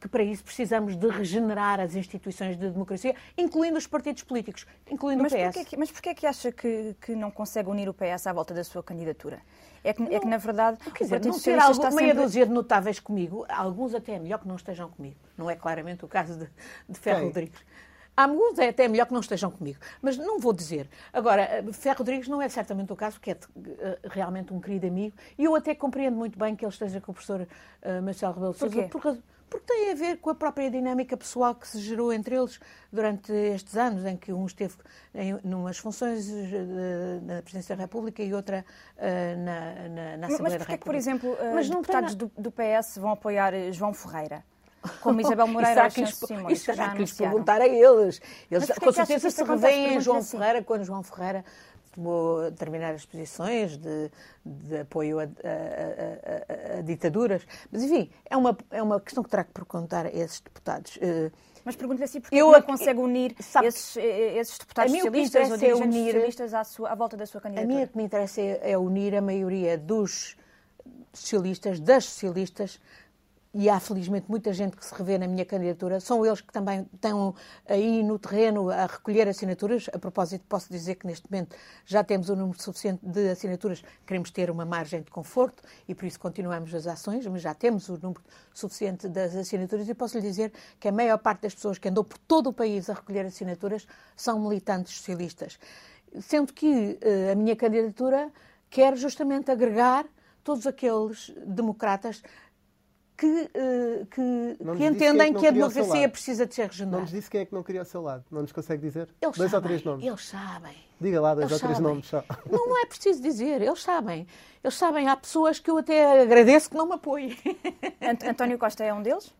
que para isso precisamos de regenerar as instituições de democracia, incluindo os partidos políticos, incluindo mas o P S. Porquê que, mas porquê é que acha que, que não consegue unir o P S à volta da sua candidatura? É que, não, é que na verdade, quer dizer, o Partido não ter Socialista algo, está meia sempre... dúzia de notáveis comigo, alguns até é melhor que não estejam comigo. Não é claramente o caso de, de Ferro Quem? Rodrigues. Há alguns é até melhor que não estejam comigo. Mas não vou dizer. Agora, Ferro Rodrigues não é certamente o caso, porque é uh, realmente um querido amigo. E eu até compreendo muito bem que ele esteja com o professor uh, Marcelo Rebelo de Sousa. Porque, porque tem a ver com a própria dinâmica pessoal que se gerou entre eles durante estes anos, em que um esteve em umas funções uh, na Presidência da República e outra uh, na, na, na Assembleia da República. Mas porquê que, por exemplo, uh, Mas deputados do, do P S vão apoiar João Ferreira? Como Isabel Moreira ou Santos Simões, isso será que lhes perguntar a eles. Eles Mas com certeza que se revêem em João assim? Ferreira quando João Ferreira tomou determinadas posições de, de apoio a, a, a, a, a ditaduras. Mas, enfim, é uma, é uma questão que terá que perguntar a esses deputados. Mas pergunto-lhe assim, porque eu, não consegue unir sabe, esses, esses deputados socialistas ou dirigentes é socialistas à, sua, à volta da sua candidatura? A mim o que me interessa é, é unir a maioria dos socialistas, das socialistas, e há felizmente muita gente que se revê na minha candidatura, são eles que também estão aí no terreno a recolher assinaturas. A propósito, posso dizer que neste momento já temos um número suficiente de assinaturas, queremos ter uma margem de conforto e por isso continuamos as ações, mas já temos o número suficiente das assinaturas e posso lhe dizer que a maior parte das pessoas que andou por todo o país a recolher assinaturas são militantes socialistas. Sendo que uh, a minha candidatura quer justamente agregar todos aqueles democratas que, uh, que, que entendem é que, que a democracia precisa de ser regenerada. Não nos disse quem é que não queria ao seu lado. Não nos consegue dizer? Eles dois sabem, ou três nomes. Eles sabem. Diga lá dois eles ou três sabem. nomes só. Não é preciso dizer, eles sabem. Eles sabem, há pessoas que eu até agradeço que não me apoiem. António Costa é um deles?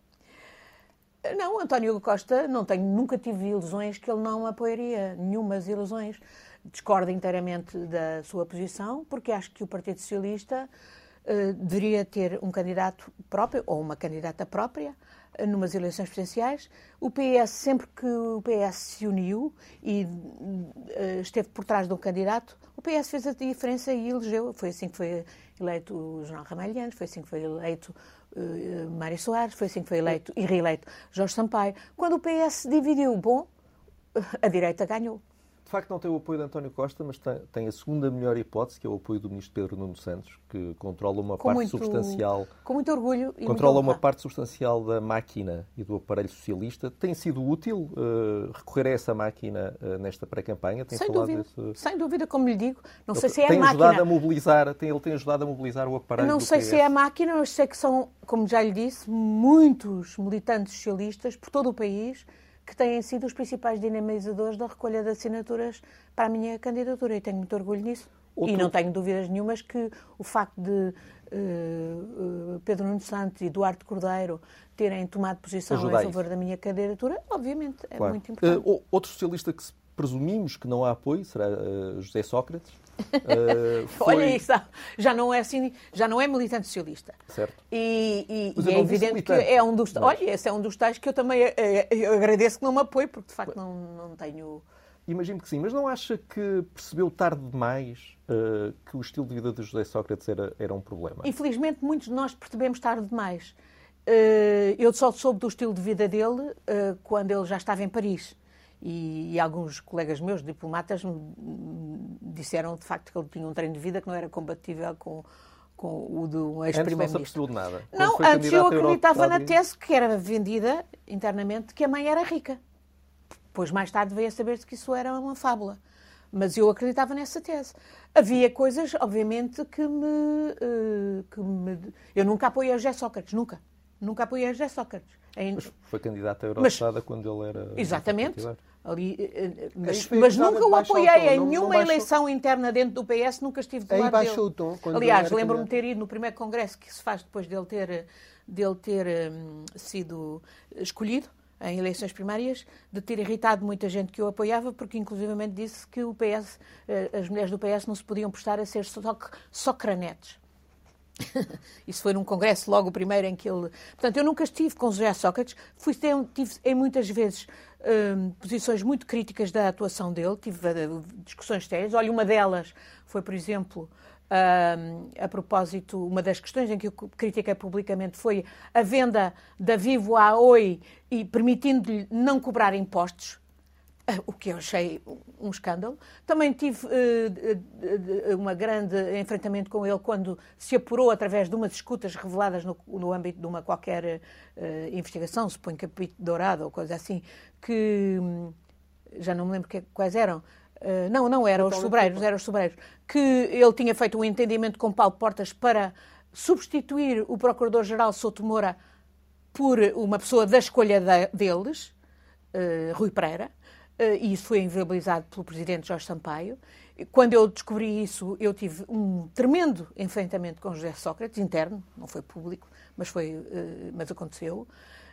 Não, António Costa, não tenho, nunca tive ilusões que ele não me apoiaria. Nenhumas ilusões. Discordo inteiramente da sua posição, porque acho que o Partido Socialista Uh, deveria ter um candidato próprio ou uma candidata própria uh, numas eleições presidenciais. O P S, sempre que o P S se uniu e uh, esteve por trás de um candidato, o P S fez a diferença e elegeu. Foi assim que foi eleito o João Ramalhianos, foi assim que foi eleito uh, Mário Soares, foi assim que foi eleito e reeleito Jorge Sampaio. Quando o P S se dividiu, bom, a direita ganhou. De facto, não tem o apoio de António Costa, mas tem, tem a segunda melhor hipótese, que é o apoio do ministro Pedro Nuno Santos, que controla uma com parte muito, substancial. Com muito orgulho e Controla muito uma parte substancial da máquina e do aparelho socialista. Tem sido útil uh, recorrer a essa máquina uh, nesta pré-campanha? Tem sem falado dúvida, desse... sem dúvida, como lhe digo. Não ele sei se é tem a máquina. Ajudado a mobilizar, tem, ele tem ajudado a mobilizar o aparelho Não do sei P S. se é a máquina, mas sei que são, como já lhe disse, muitos militantes socialistas por todo o país que têm sido os principais dinamizadores da recolha de assinaturas para a minha candidatura. E tenho muito orgulho nisso. Outro... E não tenho dúvidas nenhumas que o facto de uh, uh, Pedro Nuno Santos e Eduardo Cordeiro terem tomado posição Ajuda em favor isso. da minha candidatura, obviamente, é claro. muito importante. Uh, outro socialista que presumimos que não há apoio será uh, José Sócrates. Uh, foi... Olha isso, já não é assim, já não é militante socialista. Certo. E, e, e é evidente que é um dos, mas... olha, esse é um dos tais que eu também eu agradeço que não me apoie, porque de facto não, não tenho. Imagino que sim, mas não acha que percebeu tarde demais uh, que o estilo de vida de José Sócrates era, era um problema? Infelizmente, muitos de nós percebemos tarde demais. Uh, eu só soube do estilo de vida dele uh, quando ele já estava em Paris. E, e alguns colegas meus, diplomatas, me disseram de facto que ele tinha um treino de vida que não era compatível com, com o de um ex-primeiro-ministro. Antes não se apercebeu de nada. Não, antes eu acreditava na tese que era vendida internamente que a mãe era rica. Pois mais tarde veio a saber-se que isso era uma fábula. Mas eu acreditava nessa tese. Havia coisas, obviamente, que me... que me... Eu nunca apoiei a José Sócrates, nunca. Nunca apoiei a José Sócrates. Mas foi candidato a eurodeputada quando ele era... Exatamente. Ali, mas mas nunca o apoiei em nenhuma eleição interna dentro do P S, nunca estive do aí lado baixou dele. O tom, Aliás, lembro-me de ter ido no primeiro congresso que se faz depois dele ter, dele ter um, sido escolhido em eleições primárias, de ter irritado muita gente que o apoiava, porque inclusivamente disse que o P S, as mulheres do P S não se podiam prestar a ser só, só cranetes. Isso foi num congresso, logo o primeiro em que ele... Portanto, eu nunca estive com José Sócrates, fui, tive em muitas vezes um, posições muito críticas da atuação dele, tive uh, discussões sérias. Olha, uma delas foi, por exemplo, uh, a propósito, uma das questões em que eu critiquei publicamente foi a venda da Vivo à Oi e permitindo-lhe não cobrar impostos, o que eu achei um escândalo. Também tive uh, uh, um grande enfrentamento com ele quando se apurou, através de umas escutas reveladas no, no âmbito de uma qualquer uh, investigação, suponho que Capítulo Dourado ou coisa assim, que um, já não me lembro que, quais eram. Uh, não, não eram os sobreiros, eram os sobreiros. Que ele tinha feito um entendimento com Paulo Portas para substituir o Procurador-Geral Souto Moura por uma pessoa da escolha de, deles, uh, Rui Pereira. E isso foi inviabilizado pelo Presidente Jorge Sampaio. Quando eu descobri isso, eu tive um tremendo enfrentamento com José Sócrates, interno, não foi público, mas, foi, mas aconteceu.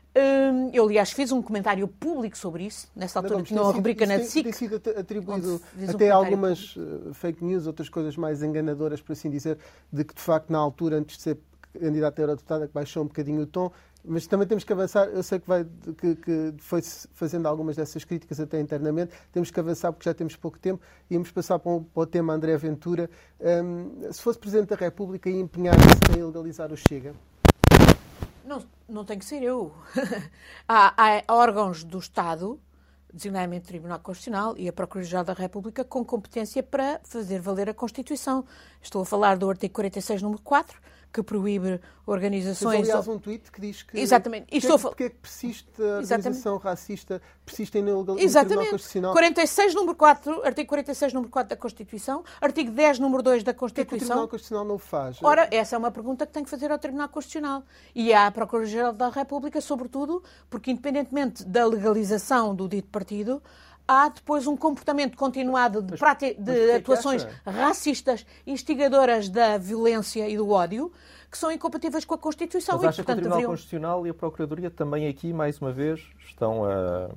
Eu, aliás, fiz um comentário público sobre isso, nessa altura tinha uma rubrica na S I C. Tem sido atribuído até algumas público. fake news, outras coisas mais enganadoras, por assim dizer, de que, de facto, na altura, antes de ser candidato a eurodeputada, que baixou um bocadinho o tom. Mas também temos que avançar, eu sei que, vai, que, que foi fazendo algumas dessas críticas até internamente, temos que avançar porque já temos pouco tempo e íamos passar para o, para o tema André Ventura. Um, se fosse Presidente da República, ia empenhar-se em legalizar o Chega? Não, não tem que ser eu. há, há órgãos do Estado, designadamente o Tribunal Constitucional e a Procuradoria-Geral da República, com competência para fazer valer a Constituição. Estou a falar do artigo quarenta e seis, número quatro, que proíbe organizações... Mas, aliás, um tweet que diz que... Exatamente. Porque, Estou a... porque é que persiste a organização Exatamente. racista, persiste em no Exatamente. Tribunal Constitucional? quarenta e seis, número quatro, artigo quarenta e seis, número quatro da Constituição, artigo dez, número dois da Constituição... Por que é que o Tribunal Constitucional não o faz? Ora, essa é uma pergunta que tem que fazer ao Tribunal Constitucional. E à Procuradoria-Geral da República, sobretudo, porque, independentemente da legalização do dito partido, há depois um comportamento continuado de, mas, de mas atuações racistas, instigadoras da violência e do ódio, que são incompatíveis com a Constituição. Mas acha e, portanto, que o Tribunal deveriam... Constitucional e a Procuradoria também aqui, mais uma vez, estão a,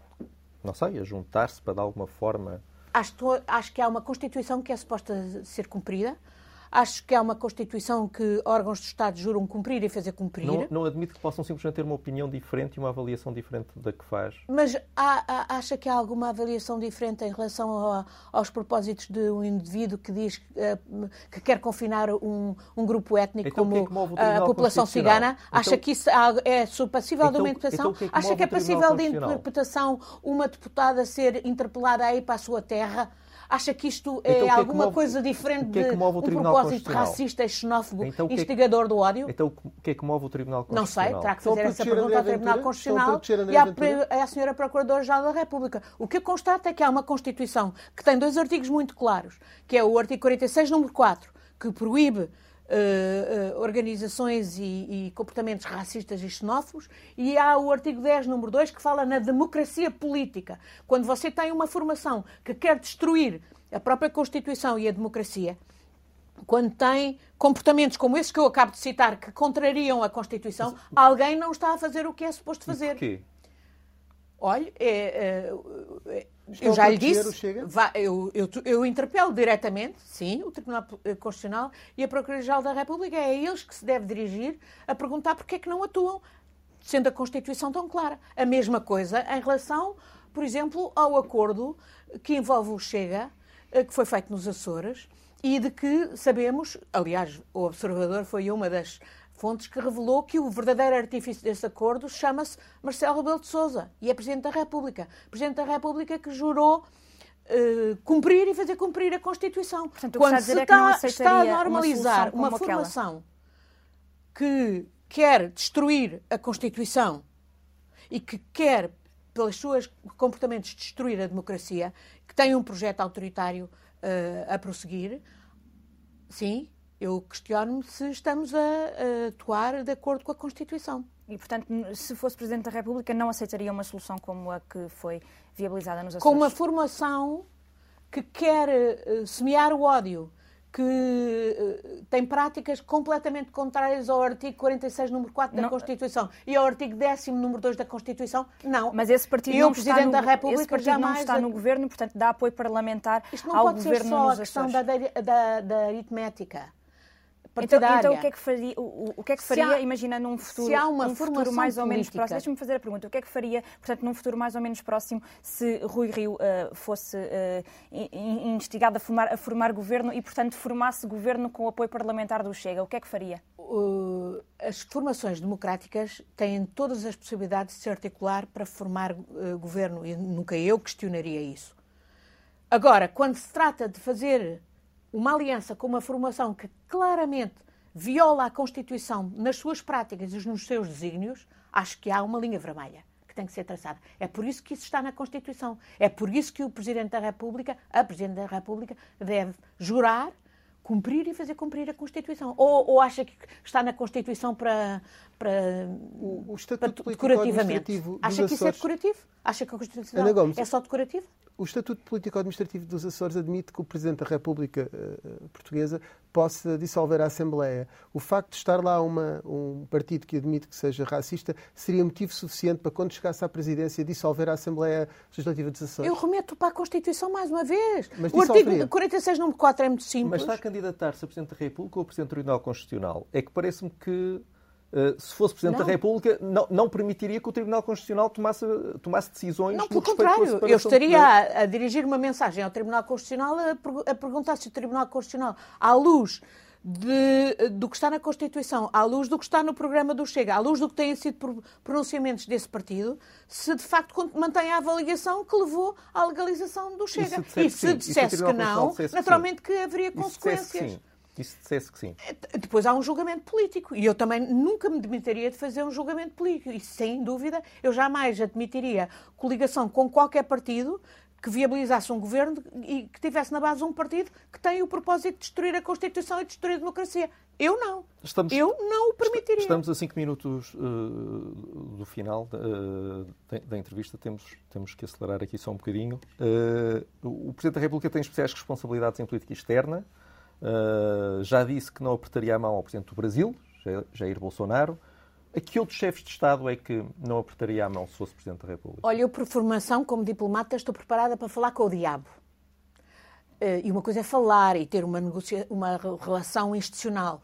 não sei, a juntar-se para de alguma forma... Acho, acho que há uma Constituição que é suposta ser cumprida. Acho que há uma Constituição que órgãos do Estado juram cumprir e fazer cumprir. Não, não admito que possam simplesmente ter uma opinião diferente e uma avaliação diferente da que faz. Mas há, há, acha que há alguma avaliação diferente em relação a, aos propósitos de um indivíduo que diz uh, que quer confinar um, um grupo étnico então, como que é que a população cigana? Então, acha que isso é passível então, de uma interpretação? Então, que é que acha que é passível de interpretação uma deputada ser interpelada a ir para a sua terra? Acha que isto é então, alguma que é que move, coisa diferente que é que move o de um propósito racista, xenófobo, então, instigador é que, do ódio? Então, o que é que move o Tribunal Constitucional? Não sei, terá que fazer essa pergunta ao Tribunal Constitucional e à, à senhora Procuradora-Geral da República. O que eu constato é que há uma Constituição que tem dois artigos muito claros, que é o artigo quarenta e seis, número quatro, que proíbe Uh, uh, organizações e, e comportamentos racistas e xenófobos, e há o artigo dez, número dois, que fala na democracia política. Quando você tem uma formação que quer destruir a própria Constituição e a democracia, quando tem comportamentos como esses que eu acabo de citar, que contrariam a Constituição, Mas, alguém não está a fazer o que é suposto fazer. Porquê? Olha, é, é, eu já lhe disse, vá, eu, eu, eu interpelo diretamente, sim, o Tribunal Constitucional e a Procuradoria-Geral da República, é a eles que se deve dirigir a perguntar porque é que não atuam, sendo a Constituição tão clara. A mesma coisa em relação, por exemplo, ao acordo que envolve o Chega, que foi feito nos Açores, e de que sabemos, aliás, o Observador foi uma das fontes que revelou que o verdadeiro artífice desse acordo chama-se Marcelo Rebelo de Sousa e é Presidente da República. Presidente da República que jurou uh, cumprir e fazer cumprir a Constituição. Portanto, quando se está, está a normalizar uma, uma formação que quer destruir a Constituição e que quer, pelos seus comportamentos, destruir a democracia, que tem um projeto autoritário uh, a prosseguir, sim, eu questiono-me se estamos a, a atuar de acordo com a Constituição. E, portanto, se fosse Presidente da República, não aceitaria uma solução como a que foi viabilizada nos Açores? Com uma formação que quer uh, semear o ódio, que uh, tem práticas completamente contrárias ao artigo quarenta e seis, número quatro da não, Constituição e ao artigo dez, número dois da Constituição, não. Mas esse partido, eu, não, Presidente está no, da República, esse partido jamais não está no governo, portanto, dá apoio parlamentar Isto não ao pode governo ser só nos a questão Açores. da, da, da aritmética. partidária. Então, então o que é que faria, o, o que é que faria há, imaginando um futuro, se há uma um futuro mais ou menos política. próximo? Deixa-me fazer a pergunta. O que é que faria, portanto, num futuro mais ou menos próximo, se Rui Rio uh, fosse uh, instigado a formar, a formar governo e, portanto, formasse governo com o apoio parlamentar do Chega? O que é que faria? Uh, as formações democráticas têm todas as possibilidades de se articular para formar uh, governo e nunca eu questionaria isso. Agora, quando se trata de fazer uma aliança com uma formação que claramente viola a Constituição nas suas práticas e nos seus desígnios, acho que há uma linha vermelha que tem que ser traçada. É por isso que isso está na Constituição. É por isso que o Presidente da República, a Presidente da República, deve jurar, cumprir e fazer cumprir a Constituição. Ou, ou acha que está na Constituição para, para, o, o Estatuto para decorativamente? Acha que isso é Açores... decorativo? Acha que a Constituição é só decorativo? O Estatuto Político-Administrativo dos Açores admite que o Presidente da República uh, Portuguesa possa dissolver a Assembleia. O facto de estar lá uma, um partido que admite que seja racista seria motivo suficiente para, quando chegasse à presidência, dissolver a Assembleia Legislativa dos Açores? Eu remeto para a Constituição mais uma vez. Mas o artigo quarenta e seis, número quatro é muito simples. Mas está a candidatar-se a Presidente da República ou a Presidente do Tribunal Constitucional? É que parece-me que, uh, se fosse Presidente não. da República, não, não permitiria que o Tribunal Constitucional tomasse, tomasse decisões. Não, pelo contrário. Eu estaria a, a dirigir uma mensagem ao Tribunal Constitucional a, a perguntar se o Tribunal Constitucional, à luz de, do que está na Constituição, à luz do que está no programa do Chega, à luz do que têm sido pronunciamentos desse partido, se de facto mantém a avaliação que levou à legalização do Chega. E se, e se dissesse que, que não, naturalmente que, que haveria consequências. E se dissesse que sim? Depois há um julgamento político. E eu também nunca me demitiria de fazer um julgamento político. E, sem dúvida, eu jamais admitiria coligação com qualquer partido que viabilizasse um governo e que tivesse na base um partido que tem o propósito de destruir a Constituição e de destruir a democracia. Eu não. Estamos, eu não o permitiria. Estamos a cinco minutos uh, do final uh, da, da entrevista. Temos, temos que acelerar aqui só um bocadinho. Uh, o Presidente da República tem especiais responsabilidades em política externa. Uh, já disse que não apertaria a mão ao Presidente do Brasil, Jair Bolsonaro. A que outros chefes de Estado é que não apertaria a mão se fosse Presidente da República? Olha, eu por formação, como diplomata, estou preparada para falar com o diabo. Uh, e uma coisa é falar e ter uma, negocia- uma relação institucional.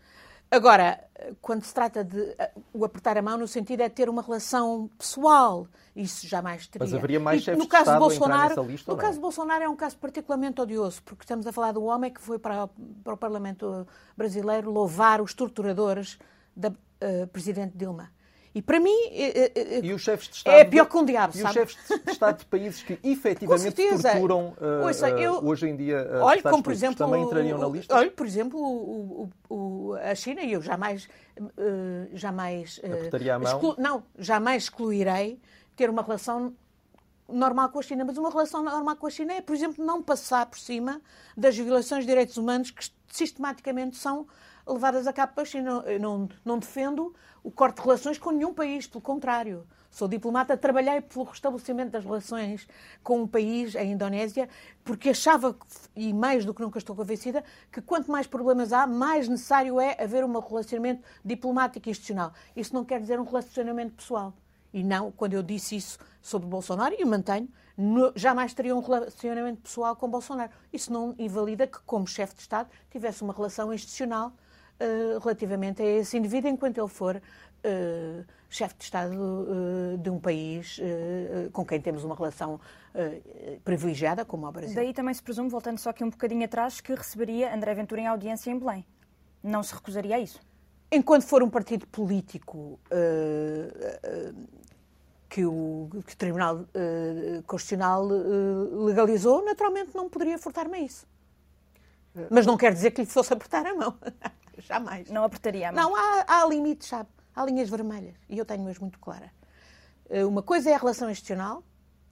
Agora, quando se trata de uh, o apertar a mão, no sentido é ter uma relação pessoal. Isso jamais teria. Mas haveria mais e, chefes no caso de Estado Bolsonaro, a entrar nessa lista? No ou caso não? de Bolsonaro é um caso particularmente odioso, porque estamos a falar de um homem que foi para, para o Parlamento brasileiro louvar os torturadores da uh, Presidente Dilma. E para mim uh, uh, e os chefes de Estado é pior que um diabo, e sabe? os chefes de Estado de países que efetivamente torturam uh, Ouça, eu, uh, hoje em dia uh, olha, como por exemplo, também entrariam na lista? Olha, por exemplo, o, o, o, a China, e eu jamais, uh, jamais, uh, apertaria a mão? Exclu, não, jamais excluirei ter uma relação normal com a China, mas uma relação normal com a China é, por exemplo, não passar por cima das violações de direitos humanos que sistematicamente são levadas a cabo pela China. Eu não, não defendo o corte de relações com nenhum país, pelo contrário. Sou diplomata, trabalhei pelo restabelecimento das relações com um país, a Indonésia, porque achava, e mais do que nunca estou convencida, que quanto mais problemas há, mais necessário é haver um relacionamento diplomático e institucional. Isso não quer dizer um relacionamento pessoal. E não, quando eu disse isso sobre Bolsonaro, e eu mantenho, no, jamais teria um relacionamento pessoal com Bolsonaro. Isso não invalida que, como chefe de Estado, tivesse uma relação institucional uh, relativamente a esse indivíduo, enquanto ele for uh, chefe de Estado uh, de um país uh, com quem temos uma relação uh, privilegiada, como o Brasil. Daí também se presume, voltando só aqui um bocadinho atrás, que receberia André Ventura em audiência em Belém. Não se recusaria a isso? Enquanto for um partido político uh, uh, que, o, que o Tribunal uh, Constitucional uh, legalizou, naturalmente não poderia furtar-me a isso. Mas não quer dizer que lhe fosse apertar a mão. Jamais. Não apertaria a mão? Não, há, há limites, sabe? Há linhas vermelhas. E eu tenho-as muito claras. Uh, uma coisa é a relação institucional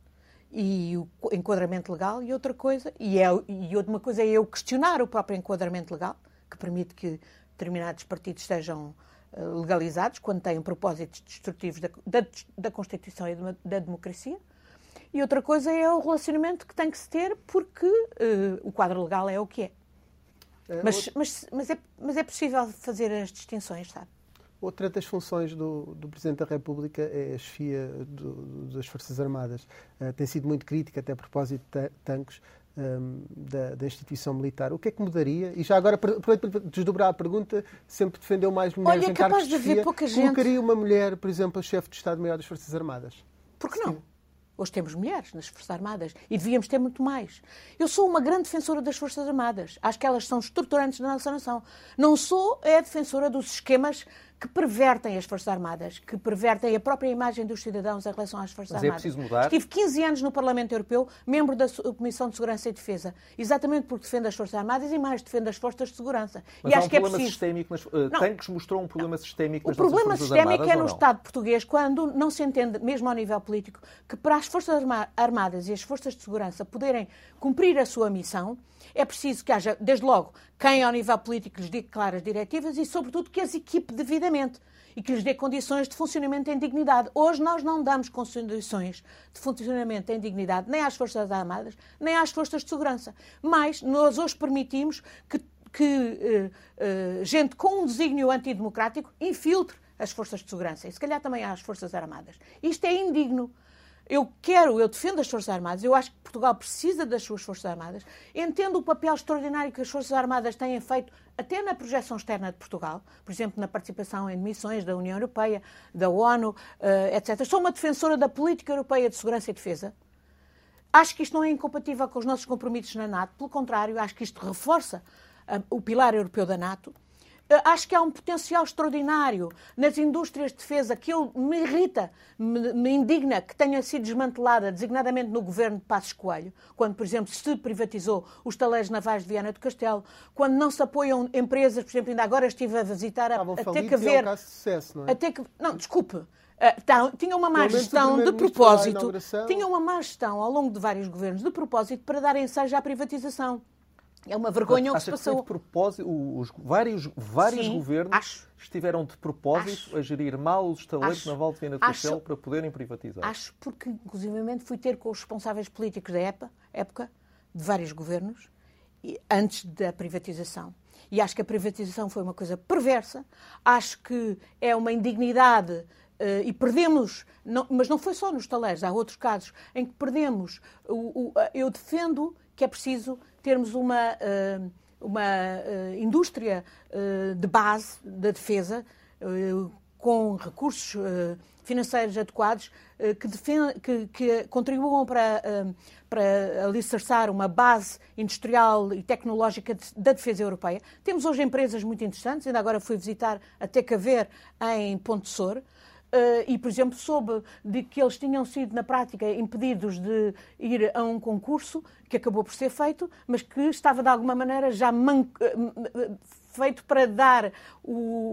e o enquadramento legal, e outra coisa, e, é, e uma coisa é eu questionar o próprio enquadramento legal, que permite que determinados partidos sejam uh, legalizados quando têm propósitos destrutivos da, da, da Constituição e da, da democracia. E outra coisa é o relacionamento que tem que se ter porque uh, o quadro legal é o que é. é mas, outra... mas, mas, é mas é possível fazer as distinções, sabe? Outra das funções do, do Presidente da República é a chefia do, das Forças Armadas. Uh, tem sido muito crítica, até a propósito de tanques, um, da, da instituição militar, o que é que mudaria? E já agora, aproveito para desdobrar a pergunta, sempre defendeu mais mulheres Olha, em cargos de capaz de chefia. haver pouca gente. Colocaria uma mulher, por exemplo, a chefe de Estado-Maior das Forças Armadas? Por que não? Hoje temos mulheres nas Forças Armadas e devíamos ter muito mais. Eu sou uma grande defensora das Forças Armadas. Acho que elas são estruturantes da nossa nação. Não sou é a defensora dos esquemas que pervertem as Forças Armadas, que pervertem a própria imagem dos cidadãos em relação às Forças Mas é Armadas. preciso mudar. Estive quinze anos no Parlamento Europeu, membro da Comissão de Segurança e Defesa, exatamente porque defendo as Forças Armadas e mais defendo as Forças de Segurança. Mas e há acho um que é problema preciso... sistémico nas... Uh, Tanques mostrou um problema sistémico O nas nossas problema Forças sistémico Armadas, é no ou não? Estado português, quando não se entende, mesmo ao nível político, que para as Forças Armadas e as Forças de Segurança poderem cumprir a sua missão, é preciso que haja, desde logo, quem ao nível político lhes dê claras diretivas e, sobretudo, que as equipe devidamente e que lhes dê condições de funcionamento em dignidade. Hoje nós não damos condições de funcionamento em dignidade nem às Forças Armadas, nem às Forças de Segurança. Mas nós hoje permitimos que, que uh, uh, gente com um desígnio antidemocrático infiltre as Forças de Segurança e, se calhar, também às Forças Armadas. Isto é indigno. Eu quero, eu defendo as Forças Armadas, eu acho que Portugal precisa das suas Forças Armadas, entendo o papel extraordinário que as Forças Armadas têm feito até na projeção externa de Portugal, por exemplo, na participação em missões da União Europeia, da ONU, uh, etcétera. Sou uma defensora da política europeia de segurança e defesa. Acho que isto não é incompatível com os nossos compromissos na NATO, pelo contrário, acho que isto reforça uh, o pilar europeu da NATO. Acho que há um potencial extraordinário nas indústrias de defesa que eu, me irrita, me, me indigna que tenha sido desmantelada, designadamente no governo de Passos Coelho, quando, por exemplo, se privatizou os taleiros navais de Viana do Castelo, quando não se apoiam empresas, por exemplo, ainda agora estive a visitar, a, até que ver... É um caso de sucesso, não é? Até que, não, desculpe. Uh, tá, tinha uma má gestão de propósito, tinha uma má gestão ao longo de vários governos de propósito para dar ensejo à privatização. É uma vergonha o que se passou. Que de propósito, os vários, vários Sim, governos acho. estiveram de propósito Acho. a gerir mal os estaleiros Acho. naval de Viana do Acho. Castelo para poderem privatizar. Acho porque, inclusivamente, fui ter com os responsáveis políticos da época, época de vários governos, antes da privatização. E acho que a privatização foi uma coisa perversa. Acho que é uma indignidade uh, e perdemos, não, mas não foi só nos estaleiros, há outros casos em que perdemos. O, o, eu defendo que é preciso termos uma, uh, uma uh, indústria uh, de base da defesa uh, com recursos uh, financeiros adequados uh, que, defend, que, que contribuam para, uh, para alicerçar uma base industrial e tecnológica de, da defesa europeia. Temos hoje empresas muito interessantes, ainda agora fui visitar a T K V em Ponte Sor, Uh, e, por exemplo, soube de que eles tinham sido, na prática, impedidos de ir a um concurso, que acabou por ser feito, mas que estava, de alguma maneira, já man... feito para dar o,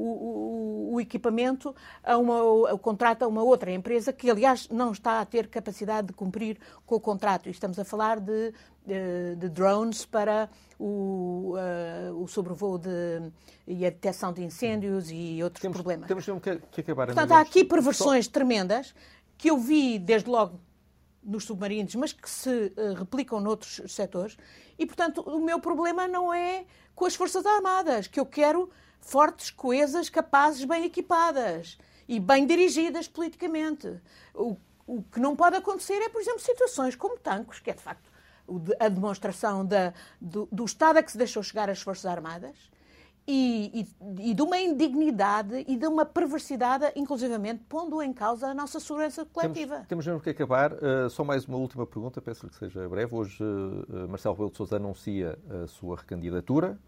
o, o equipamento a uma, o contrato a uma outra empresa, que, aliás, não está a ter capacidade de cumprir com o contrato. E estamos a falar de, de, de drones para o, uh, o sobrevoo de, e a detecção de incêndios e outros temos, problemas. Temos mesmo que, que acabar. Portanto, há aqui perversões Só... tremendas que eu vi, desde logo, nos submarinos, mas que se uh, replicam noutros setores. E, portanto, o meu problema não é com as Forças Armadas, que eu quero fortes, coesas, capazes, bem equipadas e bem dirigidas politicamente. O, o que não pode acontecer é, por exemplo, situações como Tancos, que é, de facto, a demonstração da, do, do estado a que se deixou chegar as Forças Armadas e, e, e de uma indignidade e de uma perversidade, inclusivamente, pondo em causa a nossa segurança coletiva. Temos, temos mesmo que acabar. Uh, só mais uma última pergunta, peço-lhe que seja breve. Hoje, uh, Marcelo Rebelo de Sousa anuncia a sua recandidatura.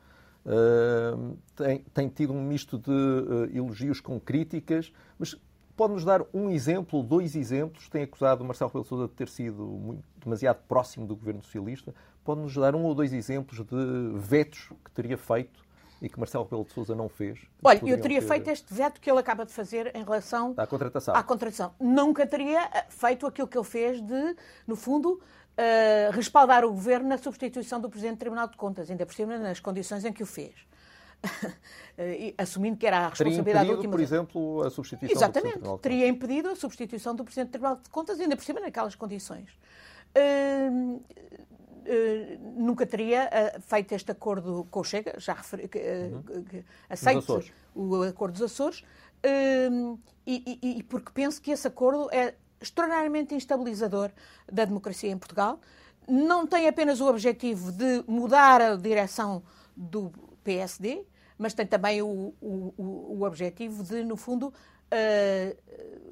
Uh, tem, tem tido um misto de uh, elogios com críticas, mas pode-nos dar um exemplo, dois exemplos? Tem acusado Marcelo Rebelo de Sousa de ter sido muito, demasiado próximo do governo socialista. Pode-nos dar um ou dois exemplos de vetos que teria feito e que Marcelo Rebelo de Sousa não fez? Olha, eu teria ter... feito este veto que ele acaba de fazer em relação à contratação. à contratação. Nunca teria feito aquilo que ele fez de, no fundo, uh, respaldar o governo na substituição do Presidente do Tribunal de Contas, ainda por cima nas condições em que o fez. Assumindo que era a responsabilidade teria impedido, última... por exemplo, a substituição Exatamente, do Presidente do Tribunal de Contas. Teria impedido a substituição do Presidente do Tribunal de Contas, ainda por cima naquelas condições. Uh, Uh, nunca teria uh, feito este acordo com o Chega, já referi, uh, uhum. que aceito o acordo dos Açores, uh, e, e, e porque penso que esse acordo é extraordinariamente instabilizador da democracia em Portugal. não tem apenas o objetivo de mudar a direção do P S D, mas tem também o, o, o objetivo de, no fundo, uh,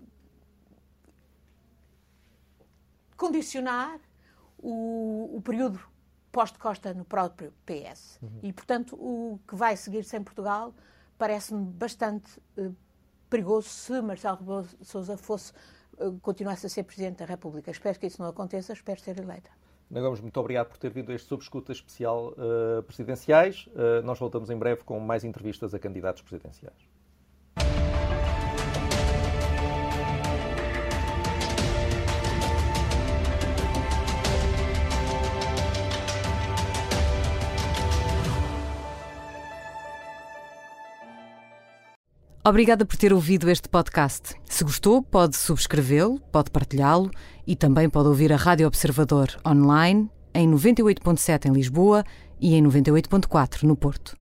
condicionar o, o período pós-Costa no próprio P S. Uhum. E, portanto, o que vai seguir-se em Portugal parece-me bastante uh, perigoso se Marcelo Rebelo de Sousa fosse, uh, continuasse a ser Presidente da República. Espero que isso não aconteça, espero ser eleita. Ana Gomes, muito obrigado por ter vindo a este Sob Escuta especial uh, presidenciais. Uh, nós voltamos em breve com mais entrevistas a candidatos presidenciais. Obrigada por ter ouvido este podcast. Se gostou, pode subscrevê-lo, pode partilhá-lo e também pode ouvir a Rádio Observador online em noventa e oito ponto sete em Lisboa e em noventa e oito ponto quatro no Porto.